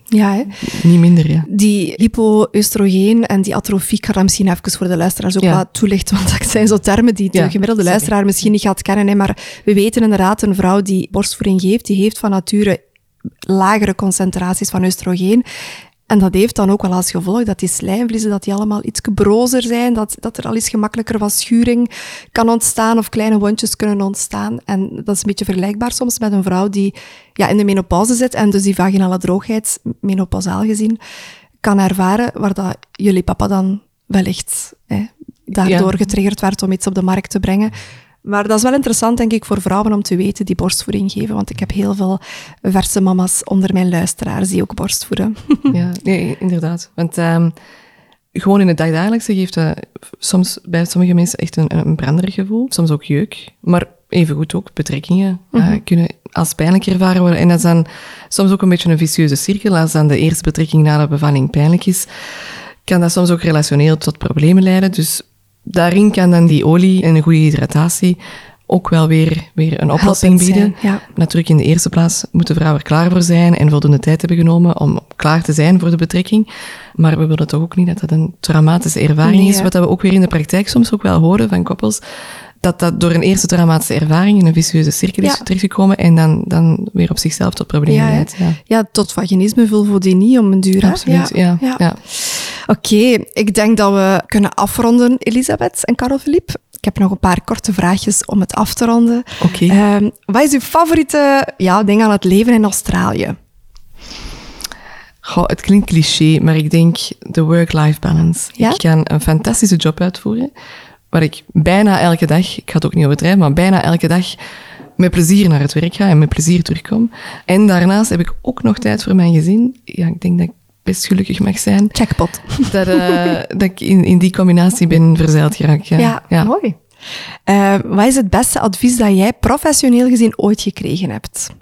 Speaker 2: Ja, hè?
Speaker 1: Niet minder, ja.
Speaker 2: Die hypo-oestrogeen en die atrofie, ik ga dat misschien even voor de luisteraars ook
Speaker 1: ja.
Speaker 2: wat toelichten, want dat zijn zo termen die de ja, gemiddelde sorry. luisteraar misschien niet gaat kennen. Hè, maar we weten inderdaad, een vrouw die borstvoeding geeft, die heeft van nature lagere concentraties van oestrogeen. En dat heeft dan ook wel als gevolg dat die slijmvliezen dat die allemaal iets brozer zijn, dat, dat er al iets gemakkelijker wat schuring kan ontstaan of kleine wondjes kunnen ontstaan. En dat is een beetje vergelijkbaar soms met een vrouw die ja, in de menopauze zit en dus die vaginale droogheid, menopausaal gezien, kan ervaren, waar dat jullie papa dan wellicht hè, daardoor ja. getriggerd werd om iets op de markt te brengen. Maar dat is wel interessant, denk ik, voor vrouwen om te weten die borstvoeding geven. Want ik heb heel veel verse mama's onder mijn luisteraars die ook borstvoeden.
Speaker 1: Ja, nee, inderdaad. Want um, gewoon in het dagdagelijkse geeft dat soms bij sommige mensen echt een, een branderig gevoel. Soms ook jeuk. Maar evengoed ook betrekkingen mm-hmm. uh, kunnen als pijnlijk ervaren worden. En dat is dan soms ook een beetje een vicieuze cirkel. Als dan de eerste betrekking na de bevalling pijnlijk is, kan dat soms ook relationeel tot problemen leiden. Dus daarin kan dan die olie en een goede hydratatie ook wel weer, weer een oplossing bieden.
Speaker 2: Ja.
Speaker 1: Natuurlijk in de eerste plaats moet de vrouw er klaar voor zijn en voldoende tijd hebben genomen om klaar te zijn voor de betrekking. Maar we willen toch ook niet dat dat een traumatische ervaring nee, is, wat we ook weer in de praktijk soms ook wel horen van koppels, dat dat door een eerste traumatische ervaring in een vicieuze cirkel is ja. terechtgekomen en dan, dan weer op zichzelf tot problemen
Speaker 2: ja,
Speaker 1: leidt. Ja.
Speaker 2: ja, tot vaginisme, vulvodynie om een duur.
Speaker 1: Absoluut, ja. ja. ja. ja.
Speaker 2: Oké, okay, ik denk dat we kunnen afronden, Elisabeth en Carl-Philippe. Ik heb nog een paar korte vraagjes om het af te ronden.
Speaker 1: Oké. Okay.
Speaker 2: Um, wat is uw favoriete ja, ding aan het leven in Australië?
Speaker 1: Goh, het klinkt cliché, maar ik denk de work-life balance. Ja? Ik kan een fantastische job uitvoeren, waar ik bijna elke dag, ik ga het ook niet overdrijven, maar bijna elke dag met plezier naar het werk ga en met plezier terugkom. En daarnaast heb ik ook nog tijd voor mijn gezin. Ja, ik denk dat ik best gelukkig mag zijn.
Speaker 2: Checkpot.
Speaker 1: Dat, uh, dat ik in, in die combinatie ben verzeild geraakt. Ja,
Speaker 2: ja, ja. mooi. Uh, wat is het beste advies dat jij professioneel gezien ooit gekregen hebt?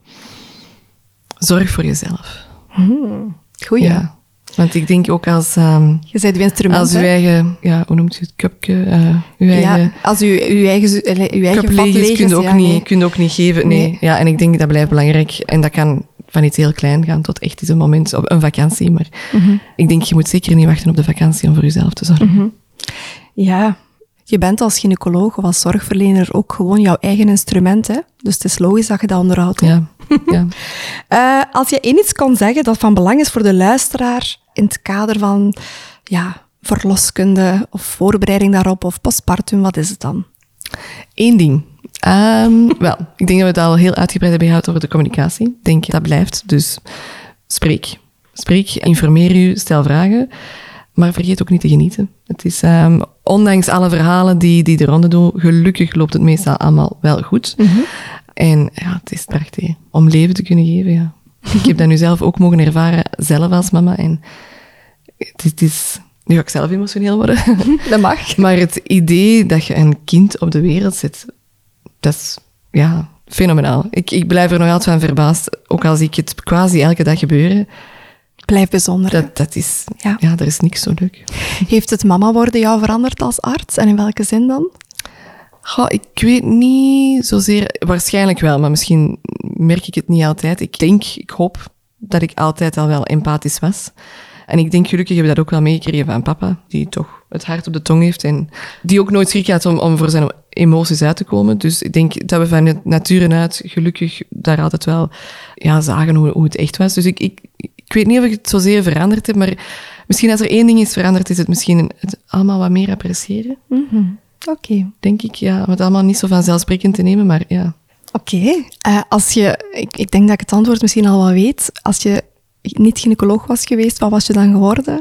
Speaker 1: Zorg voor jezelf.
Speaker 2: Hmm, goeie.
Speaker 1: Ja. Want ik denk ook als... Um,
Speaker 2: je bent uw instrument,
Speaker 1: als uw eigen... Ja, hoe noemt je het? Cupje? Uh, uw
Speaker 2: ja,
Speaker 1: eigen,
Speaker 2: als uw, uw eigen, uw eigen
Speaker 1: cup
Speaker 2: vat leeg is.
Speaker 1: Kun je ook,
Speaker 2: ja,
Speaker 1: niet,
Speaker 2: nee.
Speaker 1: kun je ook niet geven. Nee. nee. Ja, en ik denk dat blijft belangrijk. En dat kan van iets heel klein gaan tot echt eens een moment op een vakantie. Maar mm-hmm. ik denk, je moet zeker niet wachten op de vakantie om voor jezelf te zorgen.
Speaker 2: Mm-hmm. Ja, je bent als gynaecoloog of als zorgverlener ook gewoon jouw eigen instrument. Hè? Dus het is logisch dat je dat onderhoudt.
Speaker 1: Ja. ja.
Speaker 2: uh, als je één iets kan zeggen dat van belang is voor de luisteraar in het kader van ja, verloskunde of voorbereiding daarop of postpartum, wat is het dan?
Speaker 1: Eén ding. Um, wel, ik denk dat we het al heel uitgebreid hebben gehad over de communicatie. Ik denk dat blijft. Dus spreek. Spreek, informeer u, stel vragen. Maar vergeet ook niet te genieten. Het is, um, ondanks alle verhalen die, die de ronde doen, gelukkig loopt het meestal allemaal wel goed. Mm-hmm. En ja, het is prachtig om leven te kunnen geven. Ja. Ik heb dat nu zelf ook mogen ervaren, zelf als mama. En het is, het is, nu ga ik zelf emotioneel worden.
Speaker 2: Dat mag.
Speaker 1: Maar het idee dat je een kind op de wereld zet, dat is ja, fenomenaal. Ik, ik blijf er nog altijd van verbaasd, ook als ik het quasi elke dag gebeuren.
Speaker 2: Blijf bijzonder.
Speaker 1: Dat, dat is,
Speaker 2: ja.
Speaker 1: ja, er is niks zo leuk.
Speaker 2: Heeft het mama worden jou veranderd als arts? En in welke zin dan?
Speaker 1: Goh, ik weet niet zozeer, waarschijnlijk wel, maar misschien merk ik het niet altijd. Ik denk, ik hoop dat ik altijd al wel empathisch was. En ik denk, gelukkig heb ik dat ook wel meegekregen van papa, die toch het hart op de tong heeft en die ook nooit schrik had om, om voor zijn emoties uit te komen. Dus ik denk dat we van het nature uit gelukkig daar altijd wel ja, zagen hoe, hoe het echt was. Dus ik, ik, ik weet niet of ik het zozeer veranderd heb, maar misschien als er één ding is veranderd, is het misschien het allemaal wat meer appreciëren.
Speaker 2: Mm-hmm. Oké. Okay.
Speaker 1: Denk ik, ja, om het allemaal niet zo vanzelfsprekend te nemen, maar ja.
Speaker 2: Oké. Okay. Uh, als je, ik, ik denk dat ik het antwoord misschien al wel weet. Als je niet gynaecoloog was geweest, wat was je dan geworden?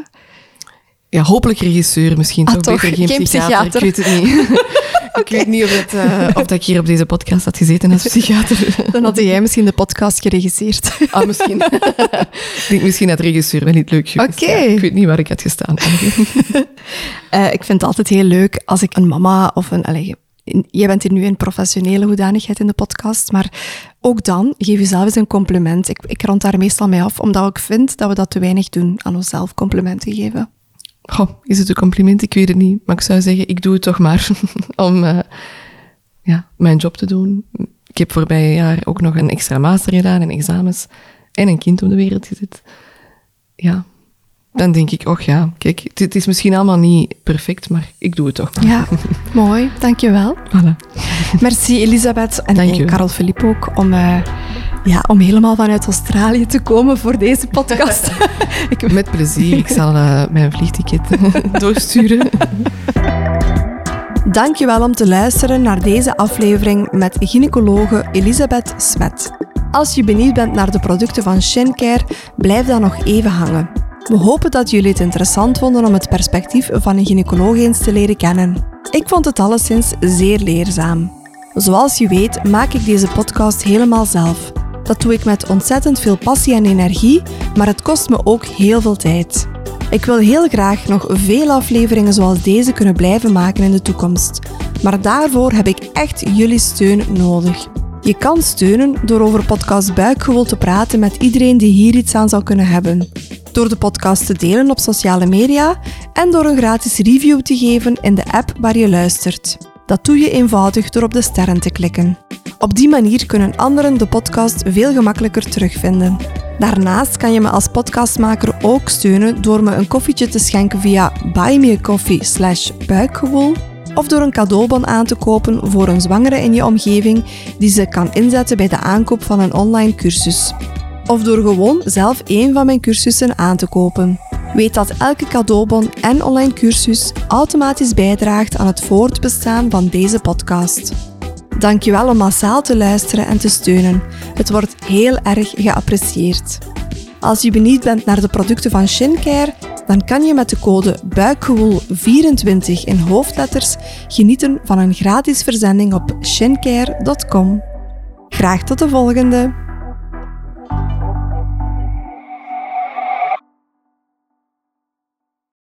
Speaker 1: Ja, hopelijk regisseur, misschien
Speaker 2: ah,
Speaker 1: toch,
Speaker 2: toch
Speaker 1: beter geen,
Speaker 2: geen
Speaker 1: psychiater.
Speaker 2: psychiater.
Speaker 1: Ik weet het niet. Okay. Ik weet niet of, het, uh, of dat ik hier op deze podcast had gezeten als psychiater.
Speaker 2: Dan had jij misschien de podcast geregisseerd.
Speaker 1: Ah, misschien. Ik denk misschien dat regisseur wel niet leuk geweest.
Speaker 2: Okay.
Speaker 1: Ja, ik weet niet waar ik had gestaan.
Speaker 2: uh, ik vind het altijd heel leuk als ik een mama of een... Allez, jij bent hier nu in professionele hoedanigheid in de podcast, maar ook dan, geef jezelf eens een compliment. Ik, ik rond daar meestal mee af, omdat ik vind dat we dat te weinig doen, aan onszelf complimenten geven.
Speaker 1: Goh, is het een compliment? Ik weet het niet. Maar ik zou zeggen, ik doe het toch maar om uh, ja, mijn job te doen. Ik heb voorbije jaar ook nog een extra master gedaan en examens en een kind op de wereld gezet. ja, dan denk ik, och ja, kijk, het, het is misschien allemaal niet perfect, maar ik doe het toch.
Speaker 2: Ja, mooi. Dankjewel.
Speaker 1: Voilà.
Speaker 2: Merci Elisabeth en,
Speaker 1: Dank je.
Speaker 2: en Karel Philippe ook om, uh, ja, om helemaal vanuit Australië te komen voor deze podcast.
Speaker 1: ik... Met plezier. Ik zal uh, mijn vliegticket doorsturen.
Speaker 2: Dankjewel om te luisteren naar deze aflevering met gynaecologe Elisabeth Smet. Als je benieuwd bent naar de producten van Shincare, blijf dan nog even hangen. We hopen dat jullie het interessant vonden om het perspectief van een gynaecoloog eens te leren kennen. Ik vond het alleszins zeer leerzaam. Zoals je weet maak ik deze podcast helemaal zelf. Dat doe ik met ontzettend veel passie en energie, maar het kost me ook heel veel tijd. Ik wil heel graag nog veel afleveringen zoals deze kunnen blijven maken in de toekomst. Maar daarvoor heb ik echt jullie steun nodig. Je kan steunen door over podcast Buikgewoel te praten met iedereen die hier iets aan zou kunnen hebben. Door de podcast te delen op sociale media en door een gratis review te geven in de app waar je luistert. Dat doe je eenvoudig door op de sterren te klikken. Op die manier kunnen anderen de podcast veel gemakkelijker terugvinden. Daarnaast kan je me als podcastmaker ook steunen door me een koffietje te schenken via buymeacoffee slash buikgewoel of door een cadeaubon aan te kopen voor een zwangere in je omgeving die ze kan inzetten bij de aankoop van een online cursus. Of door gewoon zelf één van mijn cursussen aan te kopen. Weet dat elke cadeaubon en online cursus automatisch bijdraagt aan het voortbestaan van deze podcast. Dankjewel om massaal te luisteren en te steunen. Het wordt heel erg geapprecieerd. Als je benieuwd bent naar de producten van Shincare, dan kan je met de code buikgewoel vierentwintig in hoofdletters genieten van een gratis verzending op shincare punt com. Graag tot de volgende!